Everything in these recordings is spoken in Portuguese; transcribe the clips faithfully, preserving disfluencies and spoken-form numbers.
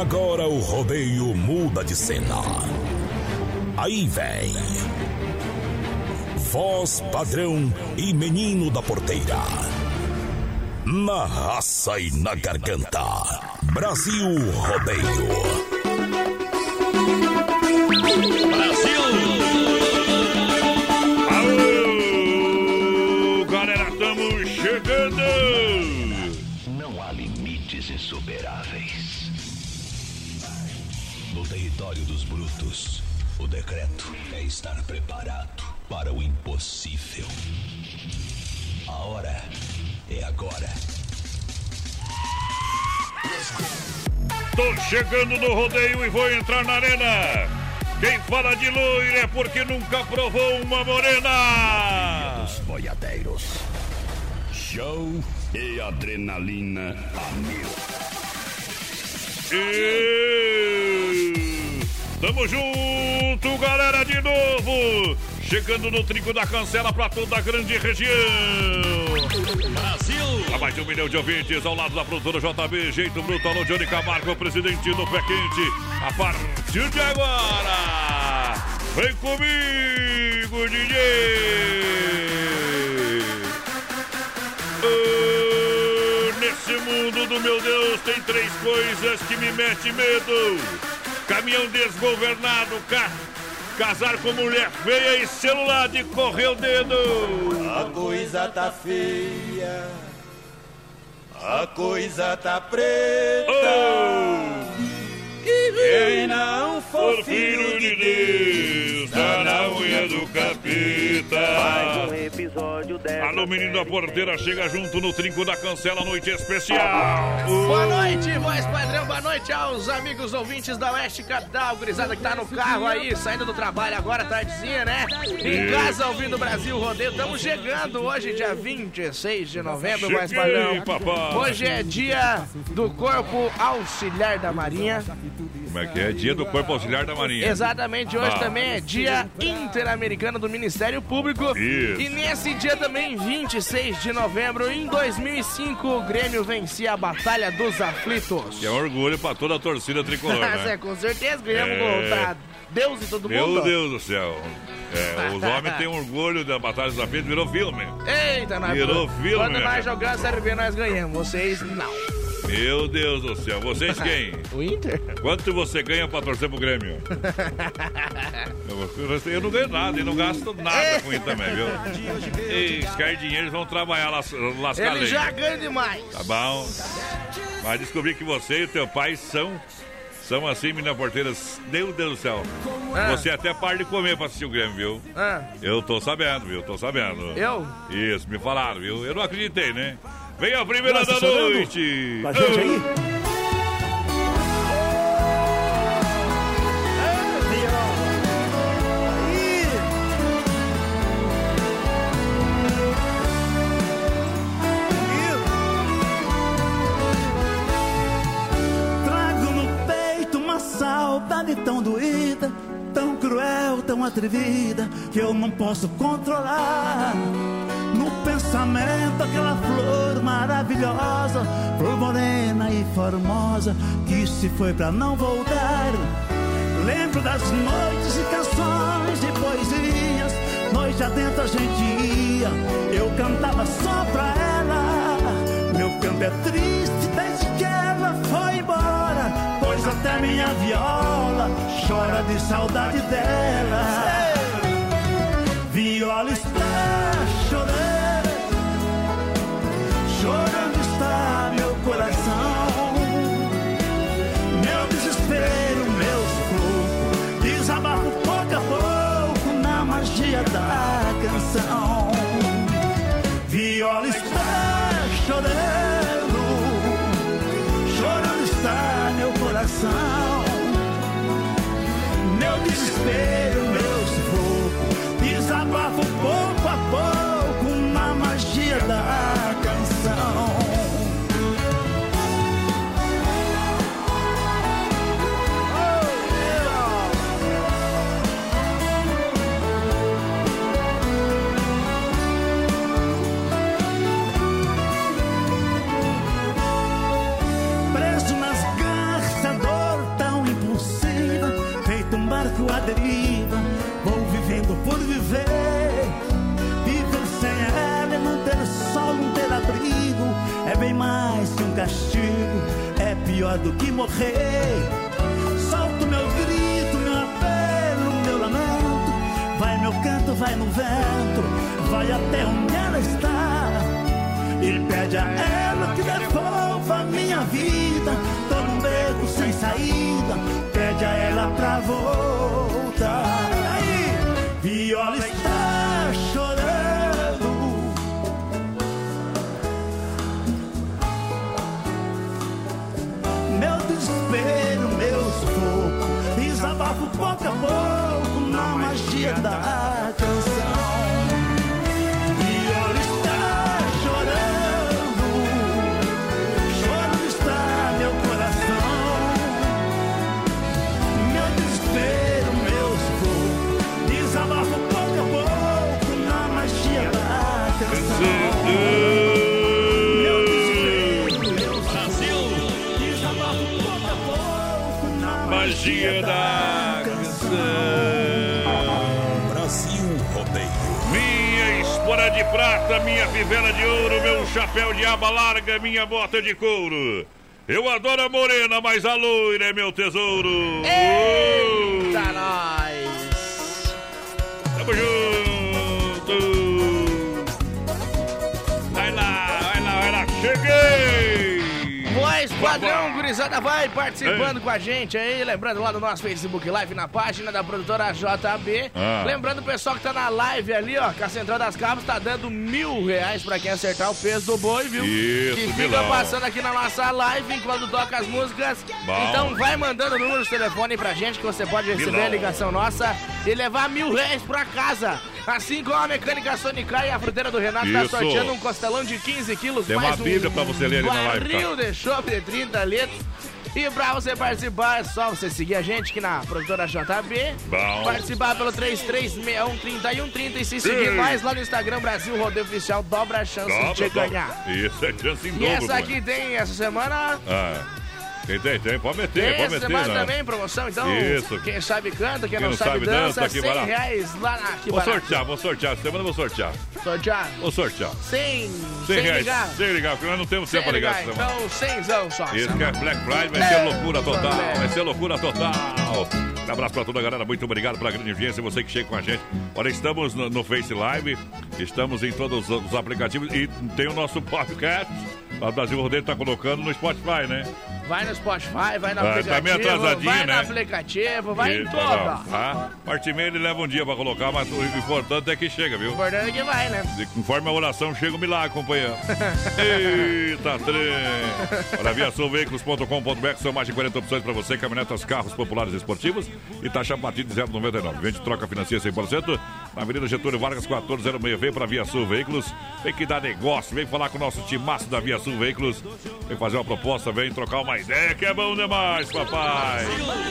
Agora o rodeio muda de cena. Aí vem voz padrão e menino da porteira. Na raça e na garganta, Brasil Rodeio. Brasil! Alô, galera, estamos chegando! Não há limites insuperáveis. No território dos brutos, o decreto é estar preparado para o impossível. A hora é agora. Tô chegando no rodeio e vou entrar na arena. Quem fala de loira é porque nunca provou uma morena. Dos boiadeiros. Show e adrenalina a mil. E... Tamo junto, galera, de novo. Chegando no trinco da cancela pra toda a grande região. Brasil! Há mais de um milhão de ouvintes ao lado da produtora J B, Jeito Bruto, alô Johnny Camargo, o presidente do Pé Quente. A partir de agora, vem comigo, D J! Oh, nesse mundo do meu Deus tem três coisas que me metem medo. Caminhão desgovernado, carro, casar com mulher feia e celular de correr o dedo. A coisa tá feia, a coisa tá preta. Oh! Quem não for filho de Deus, tá na unha do capeta. Mais um episódio dessa. Alô, menino da porteira, chega junto no trinco da cancela, noite especial. Boa noite, voz padrão, boa noite aos amigos ouvintes da Oeste Capital, gurizada que tá no carro aí, saindo do trabalho agora, tardezinha, né? Em casa, ouvindo o Brasil Rodeio, estamos chegando hoje, dia vinte e seis de novembro, voz padrão. Papai. Hoje é dia do Corpo Auxiliar da Marinha. Como é que é? Dia do Corpo Auxiliar da Marinha. Exatamente, hoje Ah. também é dia interamericano do Ministério Público. Isso. E nesse dia também, vinte e seis de novembro, em dois mil e cinco, o Grêmio vencia a Batalha dos Aflitos. Que é um orgulho pra toda a torcida tricolor, né? Com certeza, ganhamos É. contra Deus e todo Meu mundo. Deus do céu. É, os homens têm orgulho da Batalha dos Aflitos, virou filme. Eita, nós Virou filme, Quando né? nós jogamos a Série B, nós ganhamos. Vocês, não. Meu Deus do céu, vocês quem? O Inter? Quanto você ganha pra torcer pro Grêmio? Eu, eu não ganho nada e não gasto nada com isso também, viu? E se cair dinheiro, eles vão trabalhar las, lascar Ele lenha. já ganha demais. Tá bom. Mas descobri que você e o teu pai são, são assim, menina porteiras. Meu Deus do céu. Ah. Você até para de comer pra assistir o Grêmio, viu? Ah, Eu tô sabendo, viu? Tô sabendo. eu? Isso, me falaram, viu? Eu não acreditei, né? Vem a primeira Nossa, da chorando? noite. Com a gente aí? Trago no peito uma saudade tão doída, tão cruel, tão atrevida, que eu não posso controlar. No pensamento aquela flor maravilhosa, flor morena e formosa, que se foi pra não voltar. Lembro das noites e canções e poesias, noite adentro a gente ia, eu cantava só pra ela. Meu canto é triste desde que ela foi embora, pois até minha viola chora de saudade dela. Viola está chorando, chorando está meu coração. Meu desespero, meu sufoco, desabafo pouco a pouco na magia da canção. Viola está chorando, chorando está meu coração. Meu desespero, meu sufoco, desabafo pouco a pouco na magia da canção. Preso nas garras, a dor deriva, vou vivendo por viver. Viver sem ela é não ter sol, não ter abrigo, é bem mais que um castigo, é pior do que morrer. Solto meu grito, meu apelo, meu lamento, vai meu canto, vai no vento, vai até onde ela está. E pede a ela que devolva a minha vida, tô num beco sem saída, pede a ela pra voltar. Aí, viola está chorando, meu desespero, meu sufoco, desabafo pouco a pouco na magia da canção. Viola está chorando, chorando está meu coração, meu desespero, meu sufoco, desabafo pouco a pouco na magia da canção. Meu desespero, meu sufoco, desabafo pouco a pouco na Magia da Brasil Rodeio. Minha espora de prata, minha fivela de ouro, meu chapéu de aba larga, minha bota de couro. Eu adoro a morena, mas a loira é meu tesouro. Eita, Oh! nós! Tamo junto! Vai lá, vai lá, vai lá, cheguei! Voz padrão, gurizada, vai participando Ei. com a gente aí. Lembrando lá do nosso Facebook Live, na página da produtora J B. Ah. Lembrando o pessoal que tá na live ali, ó, que a Central das Cabras tá dando mil reais pra quem acertar o peso do boi, viu? Isso, que fica Milão. passando aqui na nossa live enquanto toca as músicas. Bom. Então vai mandando o número de telefone pra gente que você pode receber Milão. a ligação nossa e levar mil reais pra casa. Assim como a Mecânica Sonicar e a Fruteira do Renato tá Isso. sorteando um costelão de quinze quilos. Tem mais uma um bíblia pra você ler ali na live, tá? barril de chopp de trinta litros. E pra você participar, é só você seguir a gente aqui na produtora J B. Bom. Participar pelo três três seis um, trinta e um trinta e se seguir Ei. nós lá no Instagram Brasil Rodeio Oficial, dobra a chance Dobra, de te dobra. ganhar. Isso, é chance em E dobro. essa mano. aqui tem, essa semana, Ah, tem, tem, tem. Pode meter, tem pode essa meter. semana né? também, promoção. Então, Isso. quem sabe canta, quem, Quem não, sabe, dança, aqui cem barato. reais lá na que Vou barato. sortear, vou sortear. Semana eu vou sortear. Sortear. Vou sortear. Sem, cem sem reais. ligar. Sem ligar, porque nós não temos tempo Sem pra ligar ligar, essa semana. então cenzão só. Isso que é Black Friday, vai ser loucura total, vai ser loucura total. Um abraço pra toda a galera, muito obrigado pela grande audiência, você que chega com a gente. Olha, estamos no, no Face Live, estamos em todos os, os aplicativos e tem o nosso podcast. O Brasil Rodeio tá colocando no Spotify, né? Vai no Spotify, vai no Ah, aplicativo, tá meio atrasadinho, vai né? no aplicativo, vai em Eita, toda. não, tá? Parte e meia ele leva um dia pra colocar, mas o importante é que chega, viu? O importante é que vai, né? E conforme a oração, chega o milagre, companheiro. Eita, trem. Olha, via sul veículos ponto com ponto b r, são mais de quarenta opções pra você, caminhonetas, carros populares e esportivos e taxa partida de zero vírgula noventa e nove. Vende troca financia cem por cento na Avenida Getúlio Vargas, quatorze zero seis. Vem pra Via Sul Veículos, vem que dá negócio, vem falar com o nosso timaço da Via Sul Veículos, vem fazer uma proposta, vem trocar uma ideia que é bom demais, papai.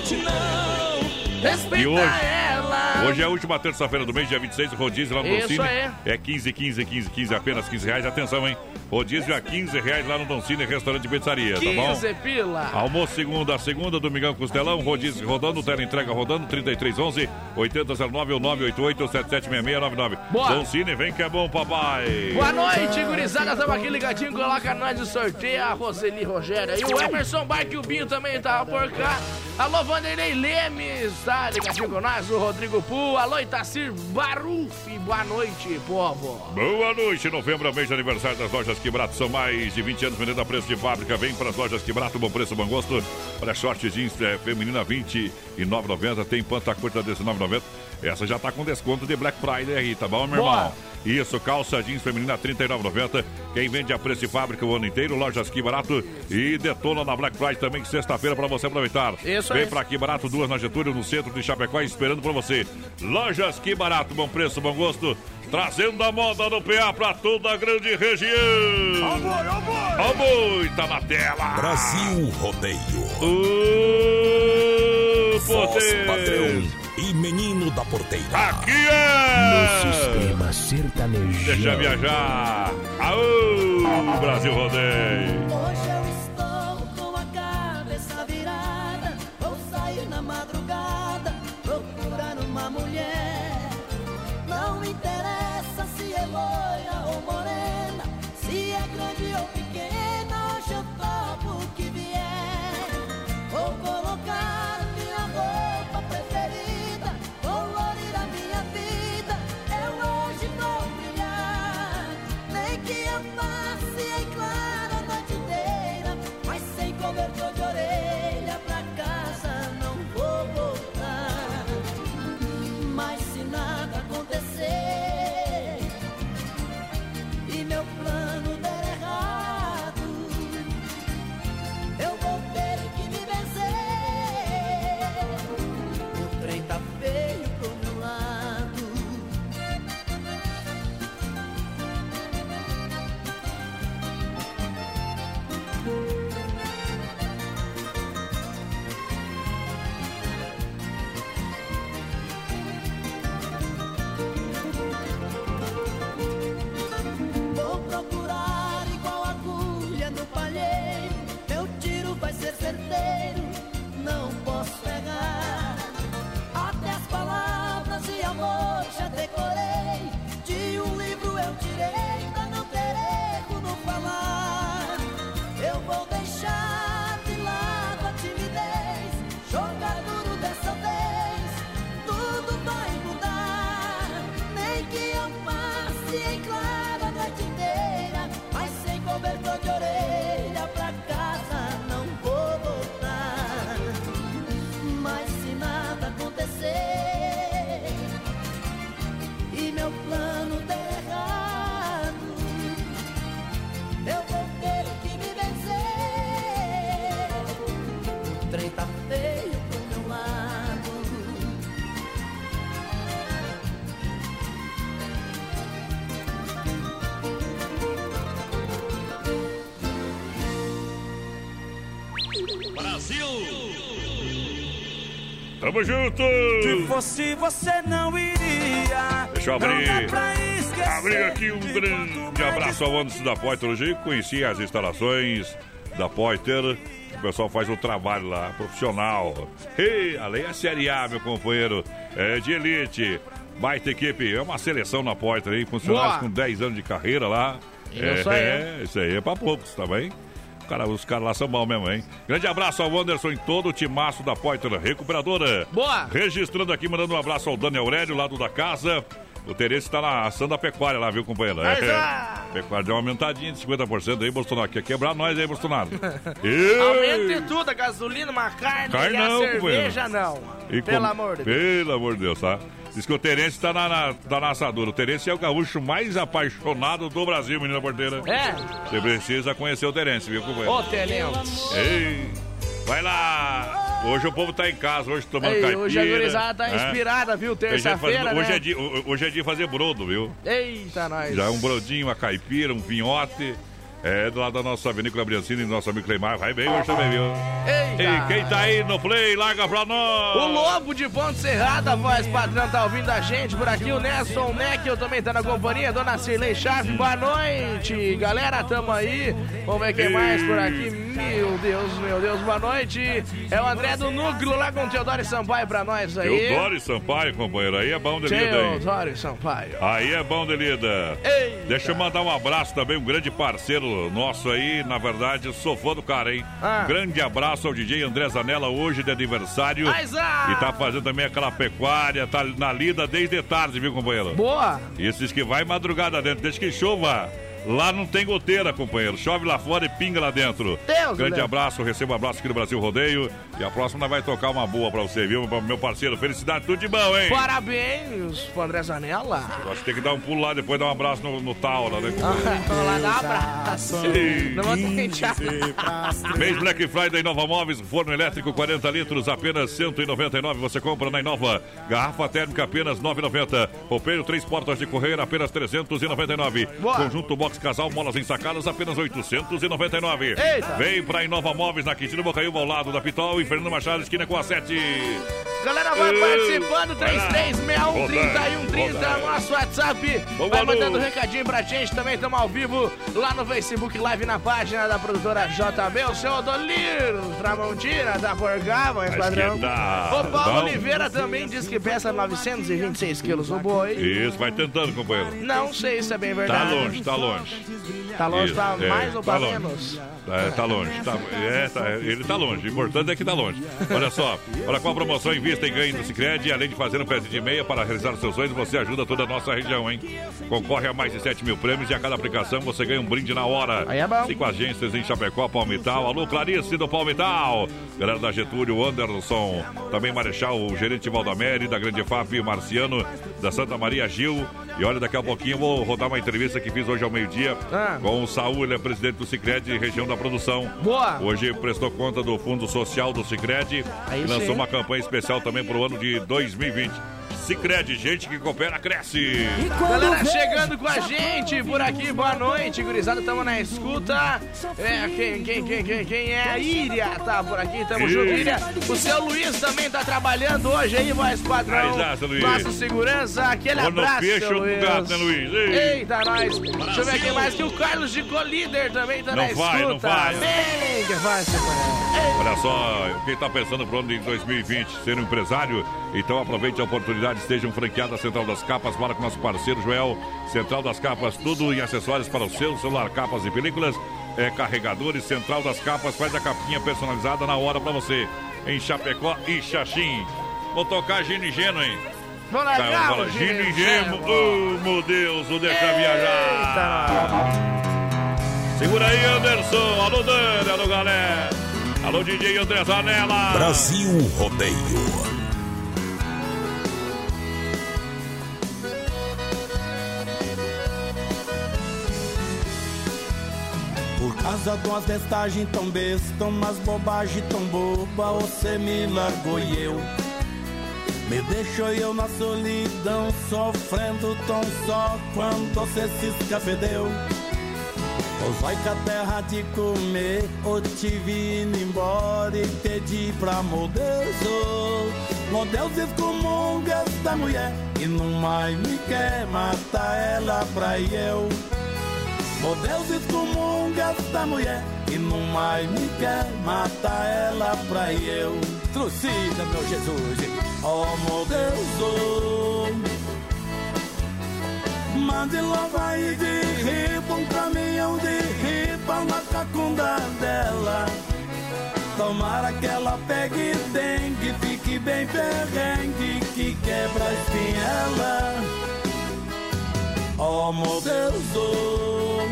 Respeita E hoje- ela. Hoje é a última terça-feira do mês, dia vinte e seis, o rodízio lá no Isso Doncini. aí. É quinze, quinze, quinze, quinze, apenas quinze reais. Atenção, hein? Rodízio a quinze reais lá no Doncini, restaurante e pizzaria, tá bom? quinze pila. Almoço segunda a segunda, domingão costelão, rodízio rodando, tela entrega rodando, trinta e três onze, oitenta zero nove ou nove oito oito, sete sete seis seis nove nove. Boa. Doncini, vem que é bom, papai. Boa noite, gurizada. Estamos aqui ligadinho. Coloca nós no sorteio. A Roseli Rogério e o Emerson Barque, o Binho também tá por cá. Alô, Vanderlei Lemes, tá ligadinho com nós. O Rodrigo Pu. Alô, Itacir Baruf. Boa noite, povo. Boa noite, novembro é mês de aniversário das lojas Quebrato. São mais de vinte anos vendendo a preço de fábrica. Vem para as lojas Quebrato, bom preço, bom gosto. Olha, short jeans é, feminina vinte e nove reais e noventa centavos. Tem panta curta dezenove reais e noventa centavos. Essa já tá com desconto de Black Friday aí, tá bom, meu Boa. irmão? Isso, calça jeans feminina trinta e nove reais e noventa centavos. Quem vende a preço de fábrica o ano inteiro, lojas Que Barato e detona na Black Friday também, sexta-feira, para você aproveitar. Isso Vem aí. pra Que Barato, duas na Getúlio, no centro de Chapecó, esperando por você. Lojas Que Barato, bom preço, bom gosto, trazendo a moda no P A pra toda a grande região. Ó boi, ó boi! Ó boi, tá na tela. Brasil Rodeio. Ô, Voz poder. padrão e menino da porteira. Aqui é... Sistema sertanejo. Deixa viajar. Aô, Brasil Rodeio. Hoje eu estou com a cabeça virada. Vou sair na madrugada, procurar tá feio pro meu lado. Brasil! Tamo junto! Se fosse você não iria. Deixa eu abrir. Não dá pra esquecer. Abrir aqui um grande abraço ao Anderson da Poiter. Hoje conheci as instalações da Poiter. O pessoal faz o trabalho lá, profissional. Hey, além da Série A, meu companheiro, é de elite. Baita equipe, é uma seleção na Poiter, hein? Funcionários com dez anos de carreira lá. Isso É, aí. é, isso aí é pra poucos, tá bem? Cara, os caras lá são bons mesmo, hein? Grande abraço ao Anderson em todo o timaço da Poiter Recuperadora. Boa! Registrando aqui, mandando um abraço ao Dani Aurélio, lado da casa. O Terence tá na ação da pecuária lá, viu, companheiro? Mas, É, ah! pecuária deu uma aumentadinha de cinquenta por cento aí, Bolsonaro. Quer quebrar nós aí, Bolsonaro. Aumenta tudo, a gasolina, uma carne, Carne e a não, cerveja não. E Pelo com- amor de Deus. Pelo amor de Deus, tá? Diz que o Terence tá na, na, tá na assadura. O Terence é o gaúcho mais apaixonado do Brasil, menina porteira. É? Você precisa conhecer o Terence, viu, companheiro? Ô, Tenentes. Ei, vai lá! Hoje o povo tá em casa, hoje tomando Ei, caipira. hoje a gurizada tá né? inspirada, viu? Tem gente Terça-feira, fazendo- né? hoje, é dia, hoje é dia de fazer brodo, viu? Eita, nós. Já um brodinho, uma caipira, um vinhote. É, do lado da nossa vinícola Briancini e do nosso amigo Cleimar. Vai bem hoje também, viu? Eita. E quem tá aí no play, larga pra nós! O Lobo de Ponte Serrada, voz padrão, tá ouvindo a gente por aqui. O Nelson Neckel também tá na companhia. Dona Cirlei Chave, boa noite. Galera, tamo aí. Vamos ver quem mais por aqui. Meu Deus, meu Deus, boa noite. É o André do Núcleo lá com o Teodoro Sampaio pra nós aí. Teodoro Sampaio, companheiro. Aí é bom de lida, hein? Teodoro Sampaio. Aí é bom de lida. Eita. Deixa eu mandar um abraço também, um grande parceiro nosso aí, na verdade, sou fã do cara, hein? Ah. Grande abraço ao D J André Zanella, hoje de aniversário. Mas, ah. E tá fazendo também aquela pecuária, tá na lida desde tarde, viu, companheiro? Boa. Esses que vai madrugada dentro, desde que chova. Lá não tem goteira, companheiro. Chove lá fora e pinga lá dentro. Deus, Grande Deus. abraço, receba um abraço aqui do Brasil Rodeio. E a próxima vai tocar uma boa pra você, viu, meu parceiro? Felicidade, tudo de bom, hein? Parabéns pro André Zanella. Acho que tem que dar um pulo lá, depois dar um abraço no, no Taula, né? Vamos lá dar um abraço. Não vou deixar. Mês Black Friday Nova Móveis, forno elétrico quarenta litros, apenas cento e noventa e nove. Você compra na Inova. Garrafa térmica apenas nove e noventa. Roupeiro, três portas de correr, apenas trezentos e noventa e nove. Boa. Conjunto box casal, molas ensacadas, apenas oitocentos e noventa e nove. Eita. Vem pra Inova Móveis, na Quintino Bocaiúva, ao lado da Pitol e Fernando Machado, esquina com a sete. Galera, vai Ei, participando, vai lá. três três seis um, três um três zero, Roda. nosso WhatsApp. Vamos, Vai alô. mandando um recadinho pra gente, também estamos ao vivo lá no Facebook Live, na página da produtora J B, o seu Odolir Tramontina, da Porgava, esquadrão. tá. O Paulo Não. Oliveira também diz que pesa novecentos e vinte e seis quilos o boi. Isso, vai tentando, companheiro. Não sei se é bem Tá verdade. longe, tá longe. Tá longe Isso, pra é, mais ou tá pra longe. menos? É, tá longe. Tá, é, tá, ele tá longe. O importante é que tá longe. Olha só, olha com a promoção Invista e Ganhe do Sicredi. Além de fazer um pezinho de meia para realizar seus sonhos, você ajuda toda a nossa região, hein? Concorre a mais de sete mil prêmios e a cada aplicação você ganha um brinde na hora. Aí é bom. Cinco agências em Chapecó, Palmital. Alô, Clarice do Palmital. Galera da Getúlio, Anderson. Também Marechal, o gerente Valdamere, da Grande F A P, Marciano, da Santa Maria Gil. E olha, daqui a pouquinho eu vou rodar uma entrevista que fiz hoje ao meio-dia Ah. com o Saúl, ele é presidente do Sicredi, região da produção. Boa. Hoje prestou conta do Fundo Social do Sicredi Aí e lançou sim. uma campanha especial também para o ano de dois mil e vinte. Sicredi, gente que coopera, cresce. Galera chegando com a gente por aqui, boa noite, gurizada, tamo na escuta. É, quem, quem, quem, quem, quem é a Íria? Tá por aqui, tamo Ih. junto, Íria. O seu Luiz também tá trabalhando hoje aí, voz padrão. Exato, Luiz. Nossa segurança, aquele Ou no abraço, peixe seu ou no Luiz. gato, né, Luiz? Ei. Eita, nós. Deixa eu ver quem mais, que o Carlos de Colíder também tá Não na vai, escuta. não vai. Bem, que vai, seu Olha só, quem está pensando pro ano de dois mil e vinte ser um empresário, então aproveite a oportunidade, esteja um franqueado da Central das Capas, fala com nosso parceiro Joel. Central das Capas, tudo em acessórios para o seu celular, capas e películas, é, carregadores. Central das Capas faz a capinha personalizada na hora para você, em Chapecó e Xaxim. Vou tocar Gino e Geno, hein? Vou Tá, largar fala, o Gino e Gino. Gemo, oh meu Deus, o deixa viajar. Segura aí, Anderson. Alô, Dani, alô, galera. Alô, D J André Zanella. Brasil Rodeio. Porque Casa de umas vestagens tão besta, umas bobagens tão boba, você me largou e eu me deixou eu na solidão, sofrendo tão só quando você se escafedeu. Os vai com a terra de comer, eu tive indo embora e pedi pra meu Deus, oh, meu Deus excomunga esta mulher e não mais me quer matar ela pra eu. Meu Deus excomunga esta mulher e não mais me quer matar ela pra eu. Trucida, meu Jesus, oh meu Deus, oh, mande logo aí de riba um caminhão de riba na cacunda dela. Tomara que ela pegue dengue, fique bem perrengue, que quebra a espinhela. Oh meu Deus, oh,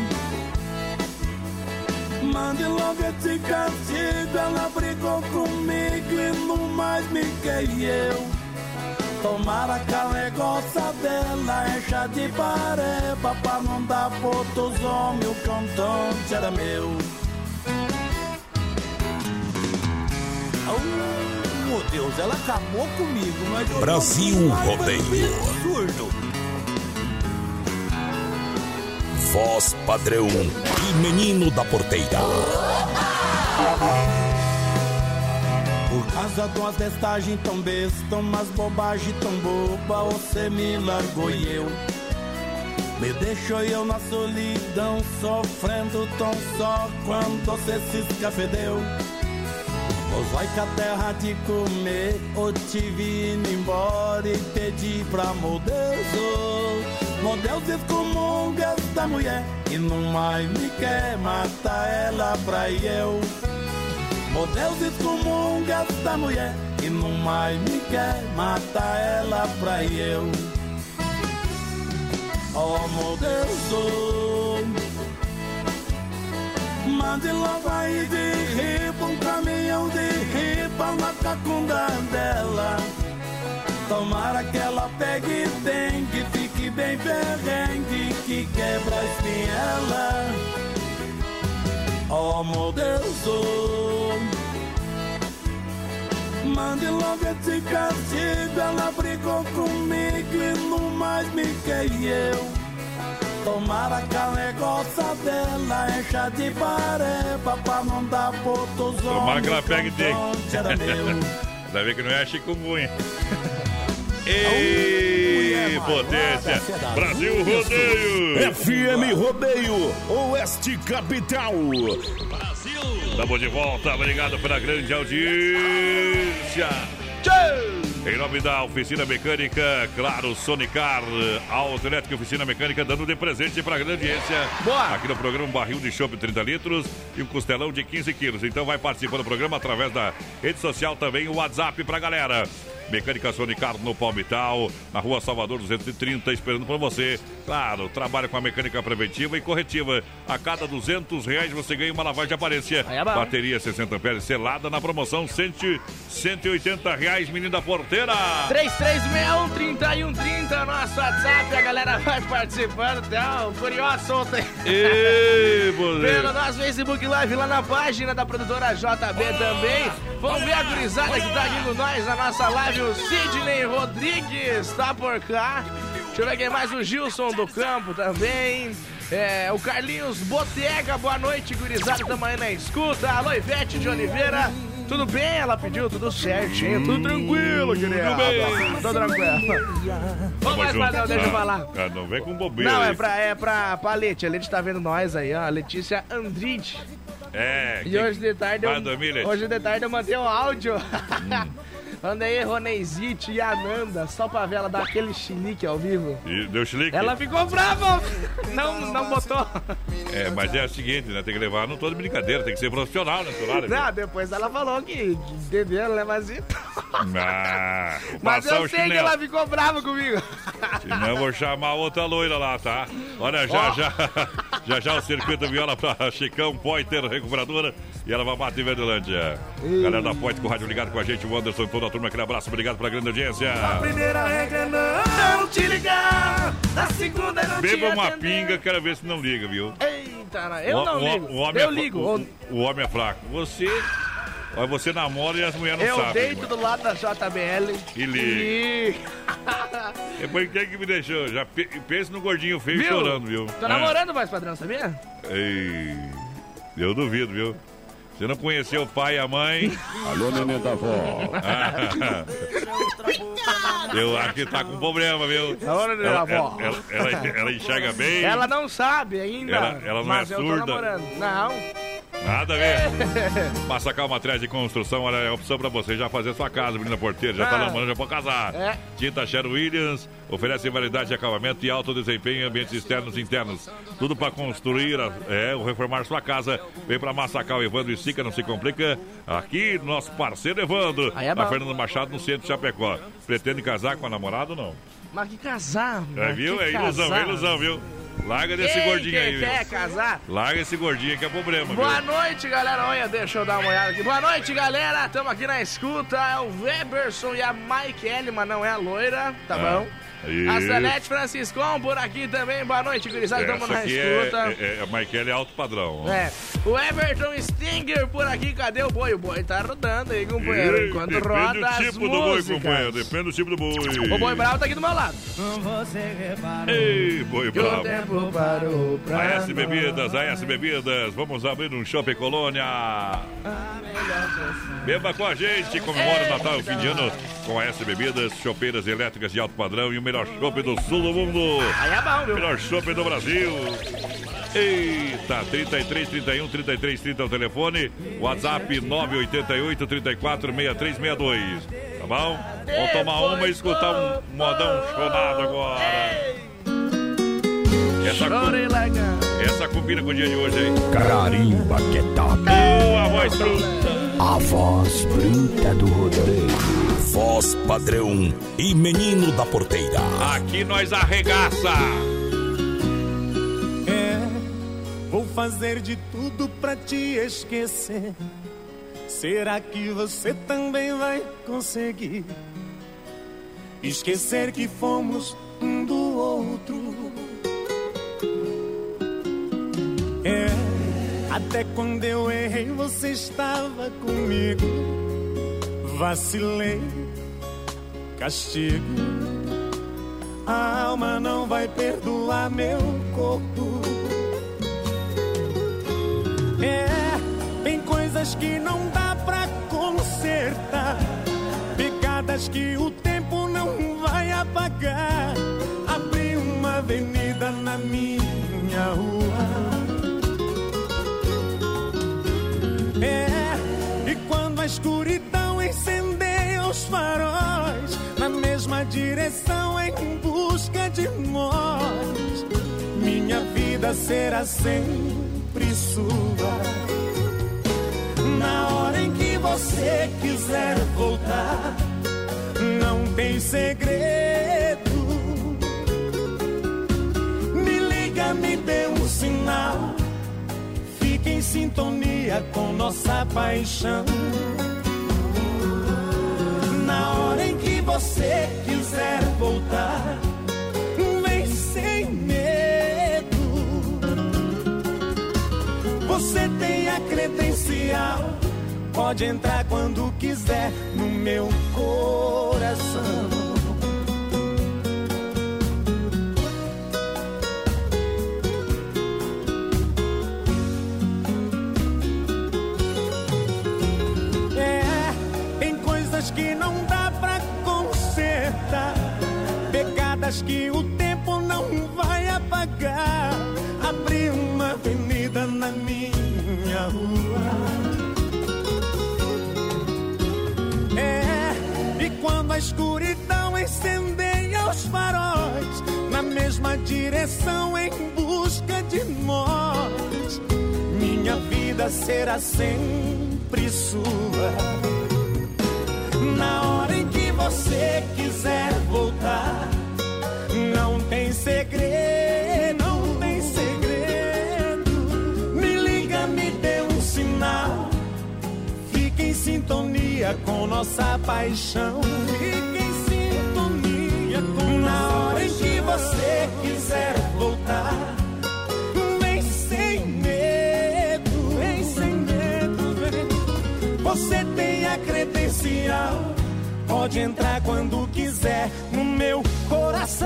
mande logo esse castigo, ela brigou comigo e não mais me quer eu. Tomara que a negócio dela encha de pareba pra não dar pra outros homens, o cantante era meu. Oh, meu Deus, ela acabou comigo, mas eu Brasil Rodeio. Absurdo. Voz padrão e menino da porteira. Por causa de umas vestagens tão besta, umas bobagens tão boba, você me largou e eu me deixou eu na solidão, sofrendo tão só quando você se escafedeu. Os vai com a terra de comer, eu tive indo embora e pedi pra meu Deus, oh, meu Deus excomunga esta mulher e não mais me quer matar ela pra eu. Meu Deus excomunga esta mulher e não mais me quer matar ela pra eu. Oh meu Deus, oh, mande logo aí de riba um caminhão de riba na cacunda dela. Tomara que ela pegue dengue, fique bem perrengue, que quebra a espinhela. Oh meu Deus, oh, mande logo esse castigo, ela brigou comigo e não mais me quer eu. Tomara que a negócio dela encha de pareba pra não dar pra outros homens. Tomara que ela pegue dengue. Ainda bem que não é chikungunya. Ei, potência! Brasil Rodeio! F M Rodeio, Oeste Capital. Brasil! Estamos de volta, obrigado pela grande audiência. Tchau! Em nome da Oficina Mecânica, claro, Sonicar, Autoelétrica Oficina Mecânica, dando de presente para a grande audiência. Boa! Aqui no programa, um barril de chopp trinta litros e um costelão de quinze quilos. Então vai participar do programa através da rede social também, o WhatsApp para a galera. Mecânica Sonicar no Palmital, na rua Salvador duzentos e trinta, esperando por você. Claro, trabalha com a mecânica preventiva e corretiva. A cada duzentos reais você ganha uma lavagem de aparência. É Bateria sessenta amperes selada na promoção cento e oitenta reais, menino da porteira. três três seis um, trinta e um trinta, nosso WhatsApp, a galera vai participando. Tá? O Curioso solta aí. Ei, Pelo nosso Facebook Live lá na página da produtora J B também. Vamos ver a gurizada que tá vindo nós na nossa live. O Sidney Rodrigues tá por cá. Deixa eu ver quem mais. O Gilson do Campo também. É, o Carlinhos Botega, boa noite, gurizada, tamo aí na escuta. Alô, Ivete de Oliveira. Tudo bem? Ela pediu tudo certinho, tudo tranquilo, querida. Tudo bem. Tudo tranquilo. Vamos mais, padrão, deixa eu falar. Ah, não vem com bobeira. Não, é aí. pra, é pra, pra Leti. A Leti tá vendo nós aí, ó. A Letícia Andride. É. E hoje de tarde eu, Vai dormir, Leti? hoje de tarde eu mandei um áudio. Anda aí, Roneizite e Ananda, só pra ver ela dar aquele chilique ao vivo. E deu chilique? Ela ficou brava, não, não botou. É, mas é o seguinte, né? Tem que levar, não tô de brincadeira, tem que ser profissional nesse horário. Não, depois ela falou que entendeu, leva assim. Ah, vou Mas passar eu o sei que chinelo. ela ficou brava comigo. Senão eu vou chamar outra loira lá, tá? Olha, já, Ó. já, já, já o circuito viola pra Chicão, Pointer, recuperadora. E ela vai bater em Verdelândia. Galera da Pointer com o rádio ligado com a gente, o Anderson, toda a turma, aquele abraço, obrigado pela grande audiência. Primeira regra é não te ligar. Na segunda é não te Beba uma atender. pinga, quero ver se não liga, viu? Eita. tá na... Eu o, não o, ligo. O homem eu é, ligo. O, o homem é fraco. Você... Mas você namora e as mulheres não eu sabem. Eu deito do lado da J B L. E liga. Depois quem que me deixou? Já pe pensa no gordinho feio viu? Chorando, viu? Tô ah. namorando, mais padrão, sabia? Ei, eu duvido, viu? Você não conheceu o pai e a mãe? Alô, neném da avó. Ah, eu acho que tá com problema, viu? Alô, neném da avó. Ela, ela, ela, ela enxerga bem. Ela não sabe ainda. Ela, ela não mas é eu surda. Tô namorando. Não. Nada a ver. Massacal Materiais de Construção, olha, é a opção pra você já fazer sua casa, menina porteira. Já ah. tá namorando, já pode casar. É. Tinta Sherwin Williams oferece variedade de acabamento e alto desempenho em ambientes externos e internos. Tudo pra construir é, ou reformar sua casa. Vem pra Massacal, Evandro e Sica, não se complica. Aqui, nosso parceiro Evandro. Aí é na Fernando Machado, no centro de Chapecó. Pretende casar com a namorada ou não? Mas que casar, mano. É, viu? Que é ilusão, casar. é ilusão, viu? Larga desse Quem gordinho que aí. quer viu? casar? Larga esse gordinho que é problema. Boa viu? noite, galera. Olha, deixa eu dar uma olhada aqui. Boa noite, galera. Estamos aqui na escuta. É o Weberson e a Mike Ellie, mas não é a loira. Tá ah. bom? Isso. A Celeste Franciscon por aqui também. Boa noite, gurizada. Estamos na escuta. É, é, a Michael é alto padrão. É. O Everton Stinger por aqui. Cadê o boi? O boi tá rodando aí, companheiro. Ei, enquanto depende roda do as tipo do boi, companheiro. Depende do tipo do boi. O boi bravo tá aqui do meu lado. Ei, boi bravo. O tempo parou pra A S Bebidas, a S Bebidas. Vamos abrir um Shopping Colônia. Beba com a gente. Comemora o Natal e o fim de ano com a S Bebidas. Chopeiras elétricas de alto padrão e o melhor chopp do sul do mundo. Aí é bom, viu? Melhor chopp do Brasil. Eita, trinta e três, trinta e um, trinta e três, trinta é o telefone. WhatsApp nove oito oito, três quatro, seis três seis dois. Tá bom? Vamos tomar uma e escutar um modão chonado agora. Essa, co... Essa combina com o dia de hoje, hein? Carimba que é top. Boa, voz bruta. A voz bruta do rodeio. Voz padrão e menino da porteira. Aqui nós arregaça. É, vou fazer de tudo pra te esquecer. Será que você também vai conseguir esquecer que fomos um do outro? É, até quando eu errei você estava comigo. Vacilei, castigo. A alma não vai perdoar meu corpo. É, tem coisas que não dá pra consertar, pegadas que o tempo não vai apagar. Abri uma avenida na minha rua. É, e quando a escuridão incendeia os faróis, na mesma direção em busca de nós, minha vida será sempre sua. Na hora em que você quiser voltar, não tem segredo. Me liga, me dê um sinal, fique em sintonia com nossa paixão. Na hora em que você quiser voltar, vem sem medo. Você tem a credencial, pode entrar quando quiser no meu coração. Que não dá pra consertar, pegadas que o tempo não vai apagar. Abri uma avenida na minha rua. É, e quando a escuridão incendeia os faróis, na mesma direção em busca de nós, minha vida será sempre sua. Na hora em que você quiser voltar, não tem segredo, não tem segredo. Me liga, me dê um sinal, fique em sintonia com nossa paixão. Fique em sintonia com Na hora em que você quiser voltar, vem sem medo. especial. Pode entrar quando quiser no meu coração.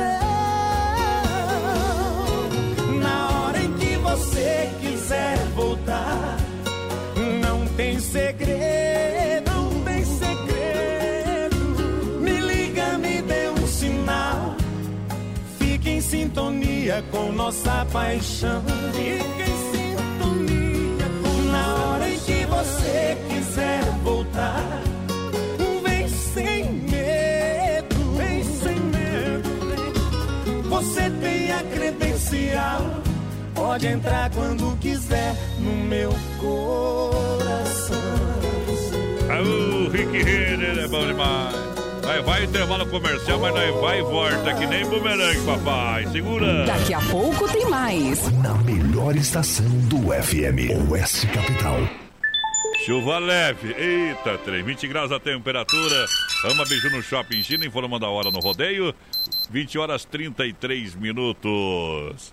Na hora em que você quiser voltar, não tem segredo, não tem segredo. Me liga, me dê um sinal. Fique em sintonia com nossa paixão. Fique em sintonia com na hora em que você quiser voltar. Vem sem medo, vem sem medo. Você tem a credencial. Pode entrar quando quiser no meu coração. Aô, Rick Renner, é bom demais. Vai, vai intervalo comercial, mas nós vai e volta, que nem bumerangue, papai. Segura. Daqui a pouco tem mais. Na melhor estação do F M, Oeste Capital. Chuva leve. Eita, trem. vinte graus a temperatura. Ama Biju no Shopping China, informando a hora no rodeio. vinte horas trinta e três minutos.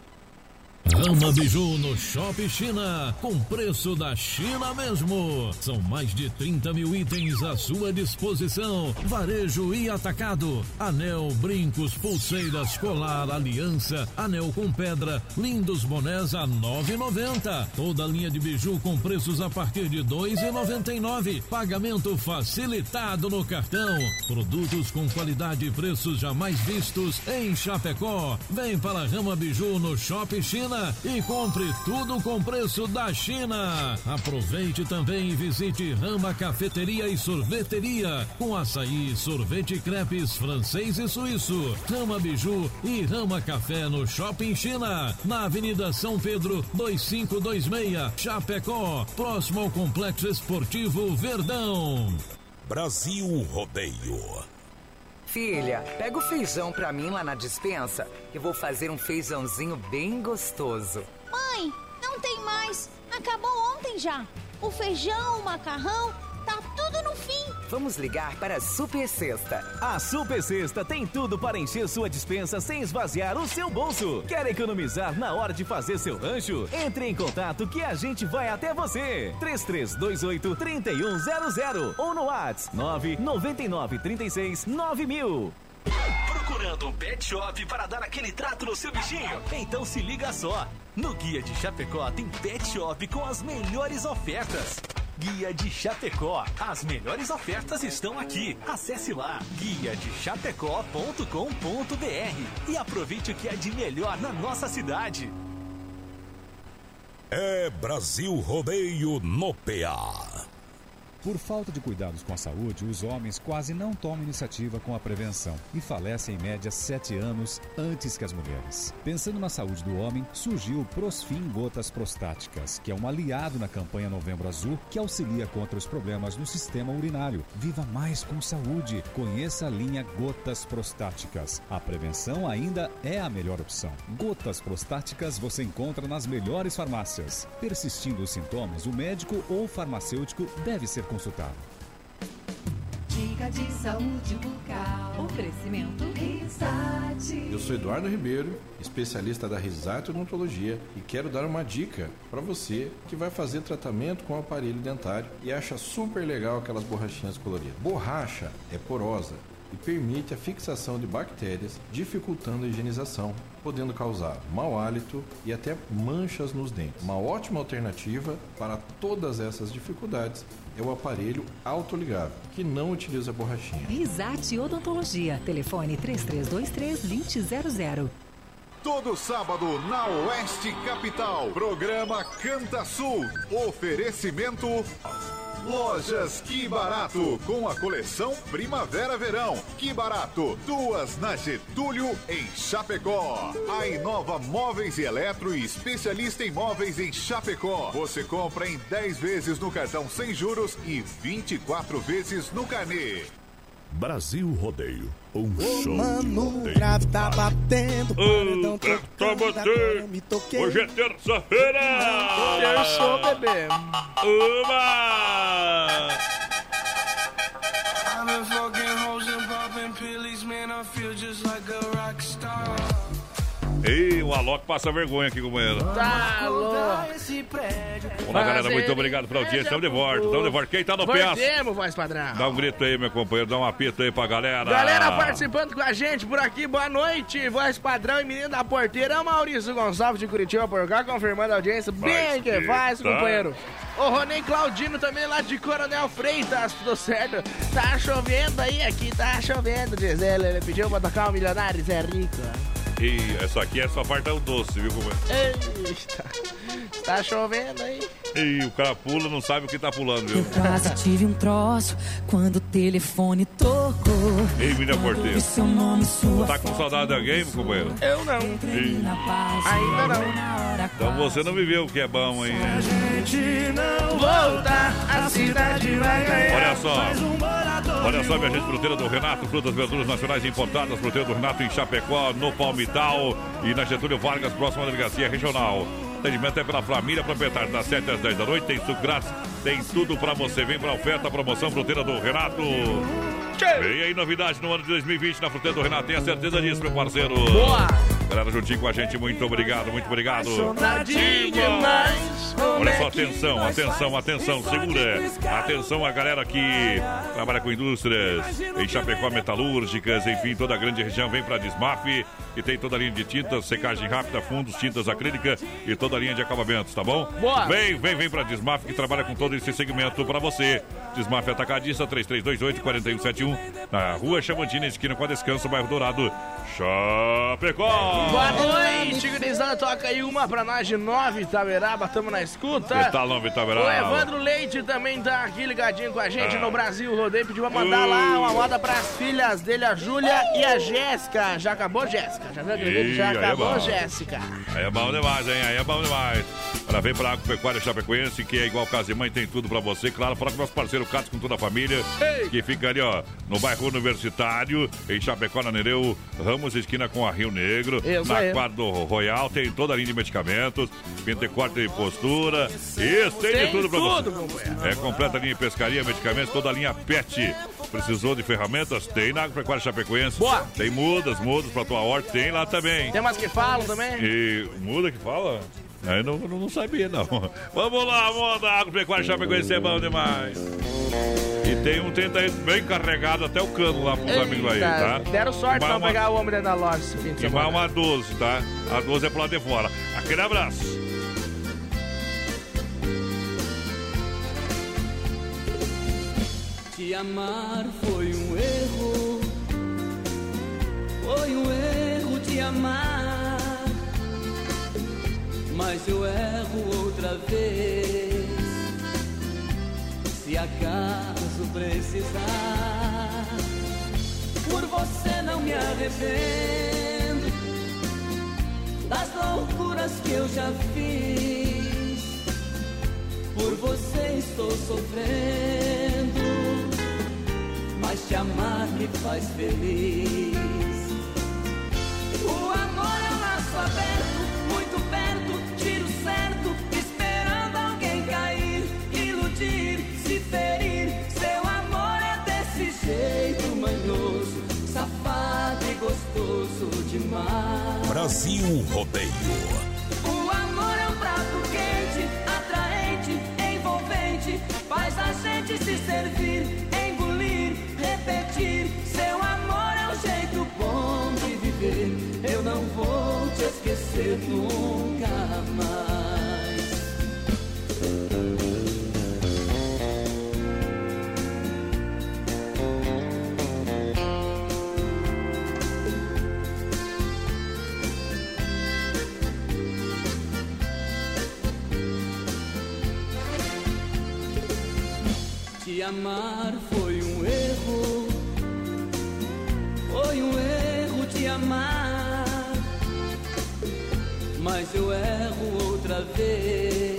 Ama Biju no Shopping China, com preço da China mesmo. São mais de trinta mil itens à sua disposição. Varejo e atacado. Anel, brincos, pulseiras, colar, aliança, anel com pedra, lindos bonés a nove reais e noventa centavos. Toda linha de biju com preços a partir de dois reais e noventa e nove centavos. Pagamento facilitado no cartão. Produtos com qualidade e preços jamais vistos em Chapecó. Vem para Ama Biju no Shopping China e compre tudo com preço da China. Aproveite também e visite Rama Cafeteria e Sorveteria, com açaí, sorvete e crepes francês e suíço. Rama Biju e Rama Café no Shopping China, na Avenida São Pedro dois cinco dois seis, Chapecó, próximo ao Complexo Esportivo Verdão. Brasil Rodeio. Filha, pega o feijão pra mim lá na despensa. Eu vou fazer um feijãozinho bem gostoso. Mãe, não tem mais. Acabou ontem já. O feijão, o macarrão, tá tudo no fim. Vamos ligar para a Super Sexta. A Super Sexta tem tudo para encher sua despensa sem esvaziar o seu bolso. Quer economizar na hora de fazer seu rancho? Entre em contato que a gente vai até você. três três dois oito, três um zero zero ou no WhatsApp nove nove nove três seis nove mil. Procurando um pet shop para dar aquele trato no seu bichinho? Então se liga só. No Guia de Chapecó tem pet shop com as melhores ofertas. Guia de Chapecó. As melhores ofertas estão aqui. Acesse lá guia de chapecó ponto com ponto br e aproveite o que é de melhor na nossa cidade. É Brasil Rodeio no P A. Por falta de cuidados com a saúde, os homens quase não tomam iniciativa com a prevenção e falecem em média sete anos antes que as mulheres. Pensando na saúde do homem, surgiu o Prosfin Gotas Prostáticas, que é um aliado na campanha Novembro Azul, que auxilia contra os problemas no sistema urinário. Viva mais com saúde! Conheça a linha Gotas Prostáticas. A prevenção ainda é a melhor opção. Gotas Prostáticas você encontra nas melhores farmácias. Persistindo os sintomas, o médico ou farmacêutico deve ser consultado. Dica de saúde bucal. Oferecimento Risate. Eu sou Eduardo Ribeiro, especialista da Risate Odontologia, e quero dar uma dica para você que vai fazer tratamento com aparelho dentário e acha super legal aquelas borrachinhas coloridas. Borracha é porosa e permite a fixação de bactérias, dificultando a higienização, podendo causar mau hálito e até manchas nos dentes. Uma ótima alternativa para todas essas dificuldades é o aparelho autoligável, que não utiliza borrachinha. Risate Odontologia. Telefone três três dois três, dois zero zero zero. Todo sábado na Oeste Capital. Programa Canta Sul. Oferecimento Lojas Que Barato, com a coleção Primavera-Verão. Que Barato, duas na Getúlio, em Chapecó. A Inova Móveis e Eletro e especialista em móveis em Chapecó. Você compra em dez vezes no cartão sem juros e vinte e quatro vezes no carnê. Brasil Rodeio, um Ô, show. mano, o grave tá batendo, paredão tocando, agora me toquei. Hoje é terça-feira! Terçou, bebê. Uma! I've been fucking hoes and popping pillies, man, I feel just like a rock star. Ei, o Alok passa vergonha aqui, companheiro. Tá louco. Olá, galera, muito obrigado pela audiência. Estamos de volta, estamos de volta. Quem tá no peço? Voltemos, voz padrão. Dá um grito aí, meu companheiro, dá um apito aí pra galera. Galera participando com a gente por aqui, boa noite. Voz padrão e menino da porteira, Maurício Gonçalves de Curitiba, por cá, confirmando a audiência. Bem que faz, tá. companheiro. O Ronei Claudino também lá de Coronel Freitas, tudo certo. Tá chovendo aí, aqui tá chovendo, diz ele. Ele pediu pra tocar um Milionários, é rico. E essa aqui é só parte do doce, viu, companheiro? Eita, tá chovendo aí. E o cara pula, não sabe o que tá pulando, viu? Eu quase tive um troço quando o telefone tocou. Ei, menina porteira. Seu nome, sua tá com saudade de alguém, meu companheiro? Eu não. E... ainda não. Então você não viveu o que é bom, hein? A gente não volta, a cidade vai ganhar. Olha só. Olha só, minha gente, fruteira do Renato, frutas, verduras nacionais importadas, fruteira do Renato em Chapecó, no Palmital e na Getúlio Vargas, próxima delegacia regional. Atendimento é pela família proprietária, das sete às dez da noite, tem suco grátis, tem tudo pra você. Vem pra oferta, promoção fruteira do Renato. Vem aí novidade no ano de dois mil e vinte na fruteira do Renato, tenha certeza disso, meu parceiro. Boa! Galera, juntinho com a gente, muito obrigado, muito obrigado. Demais. Olha só, atenção, atenção, atenção, segura. Atenção a galera que trabalha com indústrias em Chapecó, metalúrgicas, enfim, toda a grande região vem pra Desmaf, que tem toda a linha de tintas, secagem rápida, fundos, tintas acrílica e toda a linha de acabamentos, tá bom? Boa. Vem, vem, vem pra Desmaf, que trabalha com todo esse segmento pra você. Desmaf Atacadista, três três dois oito, quatro um sete um, na Rua Chavantina, esquina com a Descanso, bairro Dourado, Chapecó. Boa noite, gurizada, toca aí uma pra nós de Nova Itaberaba, tamo na escuta. Que tal, Nova Itaberaba? O Evandro Leite também tá aqui ligadinho com a gente ah. no Brasil Rodeio, pediu pra mandar uh. lá uma moda pras filhas dele, a Júlia e a Jéssica. Já acabou, Jéssica? Já viu aquele vídeo? Já acabou, é Jéssica. Aí é bom demais, hein? Aí é bom demais. Ela vem pra Agropecuária Chapecoense, que é igual casa e mãe, tem tudo pra você. Claro, fala com o nosso parceiro Catos, com toda a família, Ei. que fica ali, ó, no bairro Universitário, em Chapecó, na Nereu Ramos, esquina com a Rio Negro. Isso na aí. quadra do Royal, tem toda a linha de medicamentos, pinta e corte e postura. Isso, tem, tem de tudo pra tudo, você. É completa a linha de pescaria, medicamentos, toda a linha pet. Precisou de ferramentas? Tem na Agropecuária Chapecoense. Boa. Tem mudas, mudas pra tua horta, tem lá também. Tem umas que falam também? E muda que fala? Eu não, não, não sabia, não. Vamos lá, moda, Agropecuária Chapecoense é bom demais. E tem um trinta aí bem carregado até o cano lá pros Eita, amigos aí, tá? Deram sorte pra uma, pegar o homem dentro da loja esse fim de semana. E semana. uma doze, tá? A doze é pro lado de fora. Aquele abraço. Te amar foi um erro, foi um erro te amar, mas eu erro outra vez, se acaso precisar. Por você não me arrependo das loucuras que eu já fiz, por você estou sofrendo, mas te amar me faz feliz. O amor é um laço aberto, muito perto, tiro certo, esperando alguém cair, iludir, se ferir. Seu amor é desse jeito manhoso, safado e gostoso demais. Brasil Rodeio. O amor é um prato quente, atraente, envolvente, faz a gente se servir, engolir, repetir. Seu amor é um jeito bom de viver, eu não vou te esquecer nunca mais. Te amar foi um erro, foi um erro te amar, mas eu erro outra vez,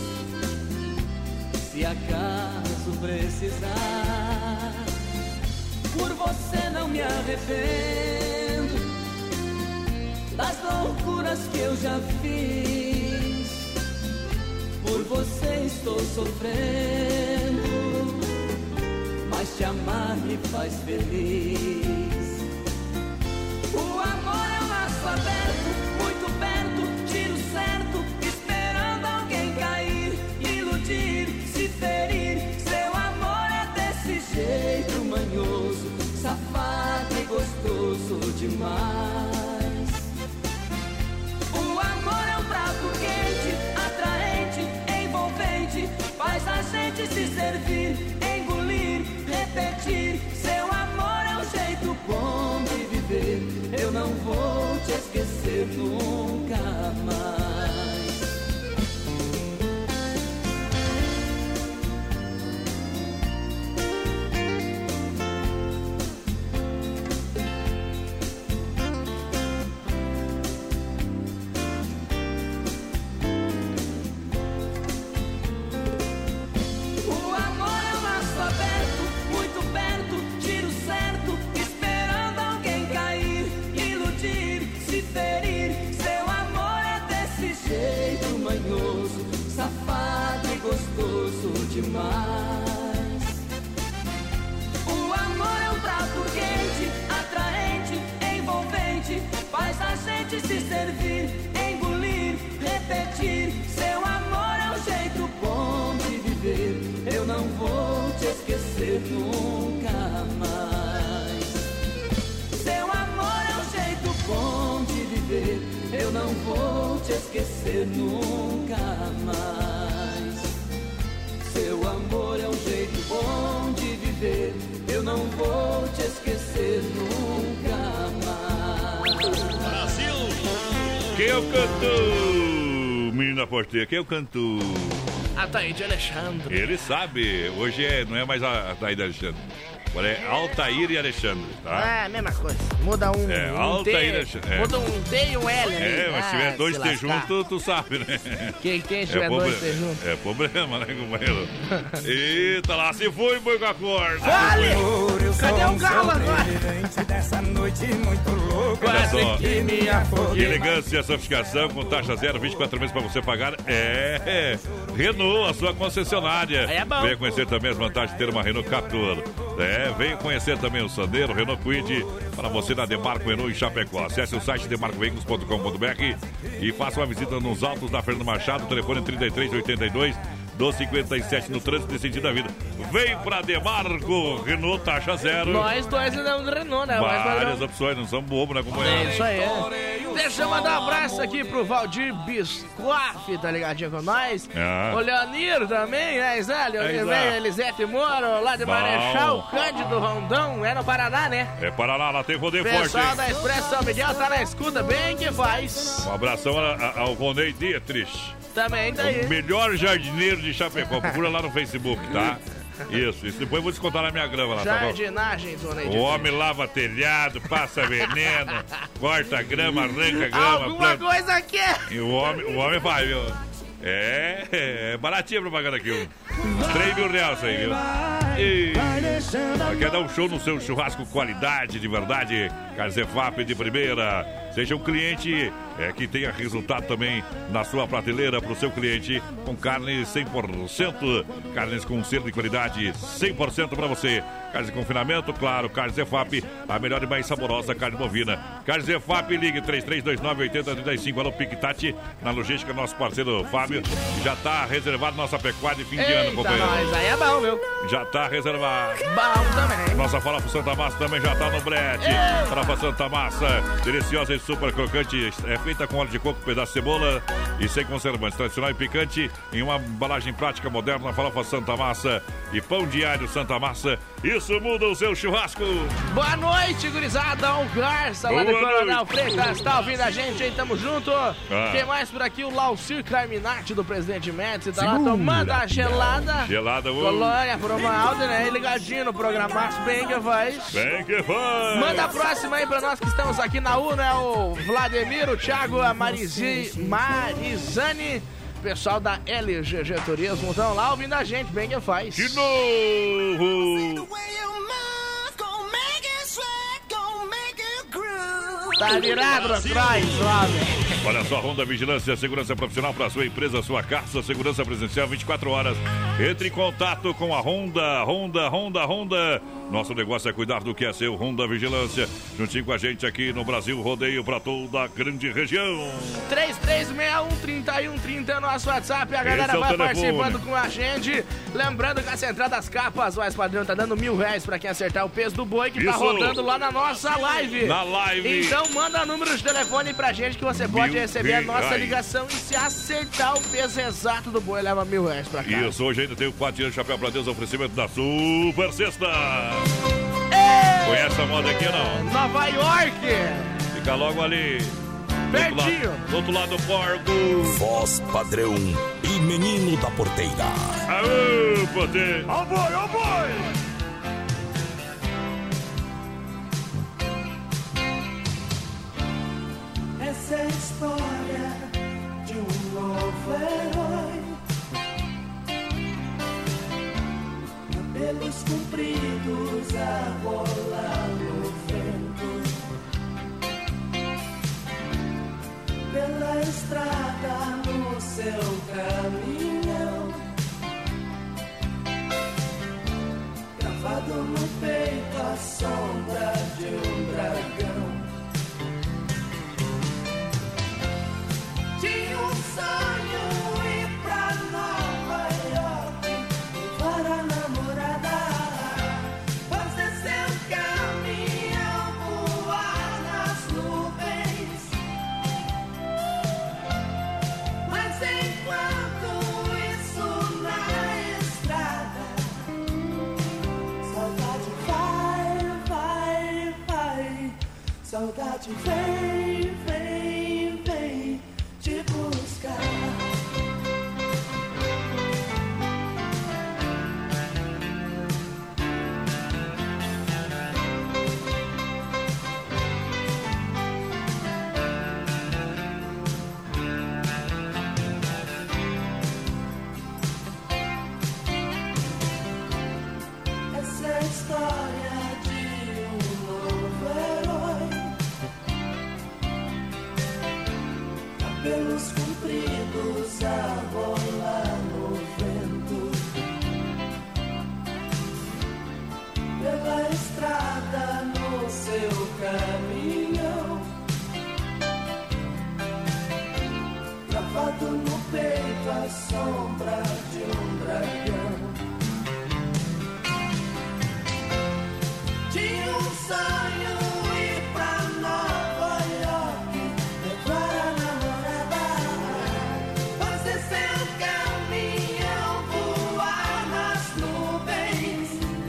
se acaso precisar. Por você não me arrependo das loucuras que eu já fiz, por você estou sofrendo, mas te amar me faz feliz. O amor é um laço aberto, muito demais. O amor é um prato quente, atraente, envolvente, faz a gente se servir, engolir, repetir. Seu amor é um jeito bom de viver. Eu não vou te esquecer nunca mais. Demais. O amor é um prato quente, atraente, envolvente, faz a gente se servir, engolir, repetir. Seu amor é um jeito bom de viver. Eu não vou te esquecer nunca mais. Seu amor é um jeito bom de viver. Eu não vou te esquecer nunca mais. Seu amor é um jeito bom de viver. Eu não vou te esquecer nunca mais. Brasil! Quem é o cantor? Menina porteira, quem é o cantor? Ataíde Alexandre. Ele sabe. Hoje é, não é mais a Ataíde Alexandre. Agora é Altair e Alexandre, tá? É, mesma coisa. Muda um, é, um Altair T. Alexandre. É. Muda um T e um L ali. É, mas se tiver ah, dois se T lascar. juntos, tu sabe, né? Quem tem se tiver é dois proble- T juntos? É problema, né, companheiro? Eita, lá se foi, boi com a corda. Vale! Cadê o galo agora? Dessa noite muito louca. Olha só, que me afoguei. elegância e sofisticação com taxa zero, vinte e quatro meses para você pagar. É, Renault, a sua concessionária. Aí é bom. Venha conhecer também as vantagens de ter uma Renault Captur. É, venha conhecer também o Sandero, Renault Kwid, para você na Demarco Renault em Chapecó. Acesse o site demarco veículos ponto com ponto b r e faça uma visita nos altos da Fernando Machado, telefone trinta e três, oitenta e dois, doze cinquenta e sete, no trânsito e sentido da vida. Vem pra Demarco, Renault taxa zero. Nós dois andamos de Renault, né? Várias opções, não somos bobos, né, companheiro? É isso aí, é. Deixa eu mandar um abraço aqui pro Valdir Biscoff, tá ligadinho com nós? É. O Leonir também, né, Zé? Leonir, É, Elisete Moro, lá de Bom. Marechal Cândido Rondão, é no Paraná, né? É Paraná, lá tem rodeio forte, Pessoal hein? da Expresso São Miguel tá na escuta, bem que faz. Um abração a- a- ao Ronei Dietrich. Também tá aí. O melhor jardineiro de Chapecó. Procura lá no Facebook, tá? Isso, isso. Depois eu vou descontar na minha grama lá, tá bom? Jardinagem, Dona O homem lava telhado, passa veneno, corta grama, arranca grama, Alguma planta. coisa aqui é. E o homem, o homem vai, viu? É, é baratinho a propaganda aqui, viu? três mil reais isso aí, viu? E... Quer dar um show no seu churrasco, qualidade de verdade? Carnes E F A P de primeira. Seja um cliente é, que tenha resultado também na sua prateleira para o seu cliente com carne cem por cento. Carnes com selo de qualidade cem por cento para você. Carnes de confinamento, claro. Carnes E F A P, a melhor e mais saborosa carne bovina. Carnes E F A P, ligue três três dois nove, oito zero três cinco. Alô, Piquitati, na logística, nosso parceiro Fábio. Já está reservado nossa pecuária de fim de ano, Eita, companheiro. nós, aí é bom, viu? Já tá reservado. Bom também. Nossa farofa Santa Massa também já tá no brete. Farofa Santa Massa, deliciosa e super crocante. É feita com óleo de coco, pedaço de cebola e sem conservantes. Tradicional e picante em uma embalagem prática moderna. Farofa Santa Massa e pão diário Santa Massa. Isso muda o seu churrasco. Boa noite, gurizada. O Garça, lá Boa do Coronel noite. Freitas. Tá ouvindo a gente aí? Tamo junto. Ah. Quem mais por aqui? O Laucir Carminati, do Presidente Médici. Tá lá Segura, tomando a gelada. Gelada, ô. Colônia, Promaldo, né? Ligadinho no programaço. Bem que faz. Bem que faz. Manda a próxima aí pra nós que estamos aqui na U, né? O Vladimir, o Thiago, a Marizi, Marizane. Pessoal da L G G Turismo estão lá ouvindo a gente, bem que faz. De novo! Tá virado atrás, homem. Olha só, Honda Vigilância, segurança profissional para sua empresa, sua casa, segurança presencial vinte e quatro horas. Entre em contato com a Honda, Honda, Honda, Honda. Nosso negócio é cuidar do que é seu. Honda Vigilância, juntinho com a gente aqui no Brasil Rodeio para toda a grande região. três três seis um, três um três zero é o nosso WhatsApp. A galera Esse é vai o telefone. participando com a gente. Lembrando que a Central das Capas, o Voz Padrão, tá dando mil reais pra quem acertar o peso do boi, que Isso. tá rodando lá na nossa live. Na live. Então manda número de telefone pra gente que você pode Mil receber a nossa reais. ligação e se acertar o peso exato do boi, leva mil reais pra cá. Isso, hoje ainda tem o quatro anos de chapéu pra Deus, oferecimento da Super Sexta. Conhece a moda aqui ou não? Nova York. Fica logo ali. Pertinho. Do outro lado do porco. Voz padrão e menino da porteira. Aô, porteiro. Ó boi, ó boi. Essa é a história de um novo herói. Cabelos compridos a rolar no vento, pela estrada no seu caminhão, gravado no peito a sombra de um dragão. Tinha um sonho ir pra Nova York, levar a namorada, fazer seu caminhão voar nas nuvens. Mas enquanto isso na estrada, saudade vai, vai, vai. Saudade vem, vem, vem te buscar. Essa é a história de um novo herói. Cabelos compridos a rolar no vento, pela estrada no seu caminhão, gravado no peito a sombra de um dragão. Tinha um sonho ir pra Nova York, levar a namorada, fazer seu caminhão voar nas nuvens.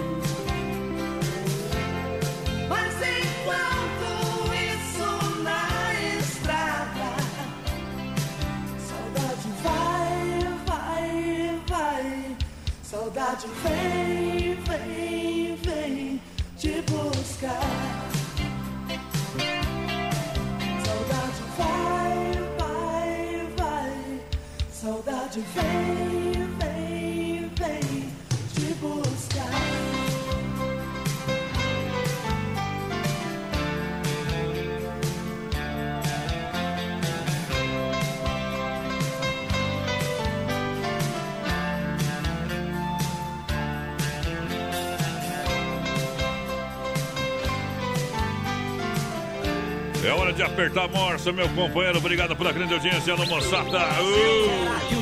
Mas enquanto isso na estrada, saudade vai, vai, vai. Saudade vem, vem, vem te buscar. Saudade vai, vai, vai. Saudade vem, vem, vem te buscar. É hora de apertar a morsa, meu companheiro. Obrigado pela grande audiência no Moçada. Uh!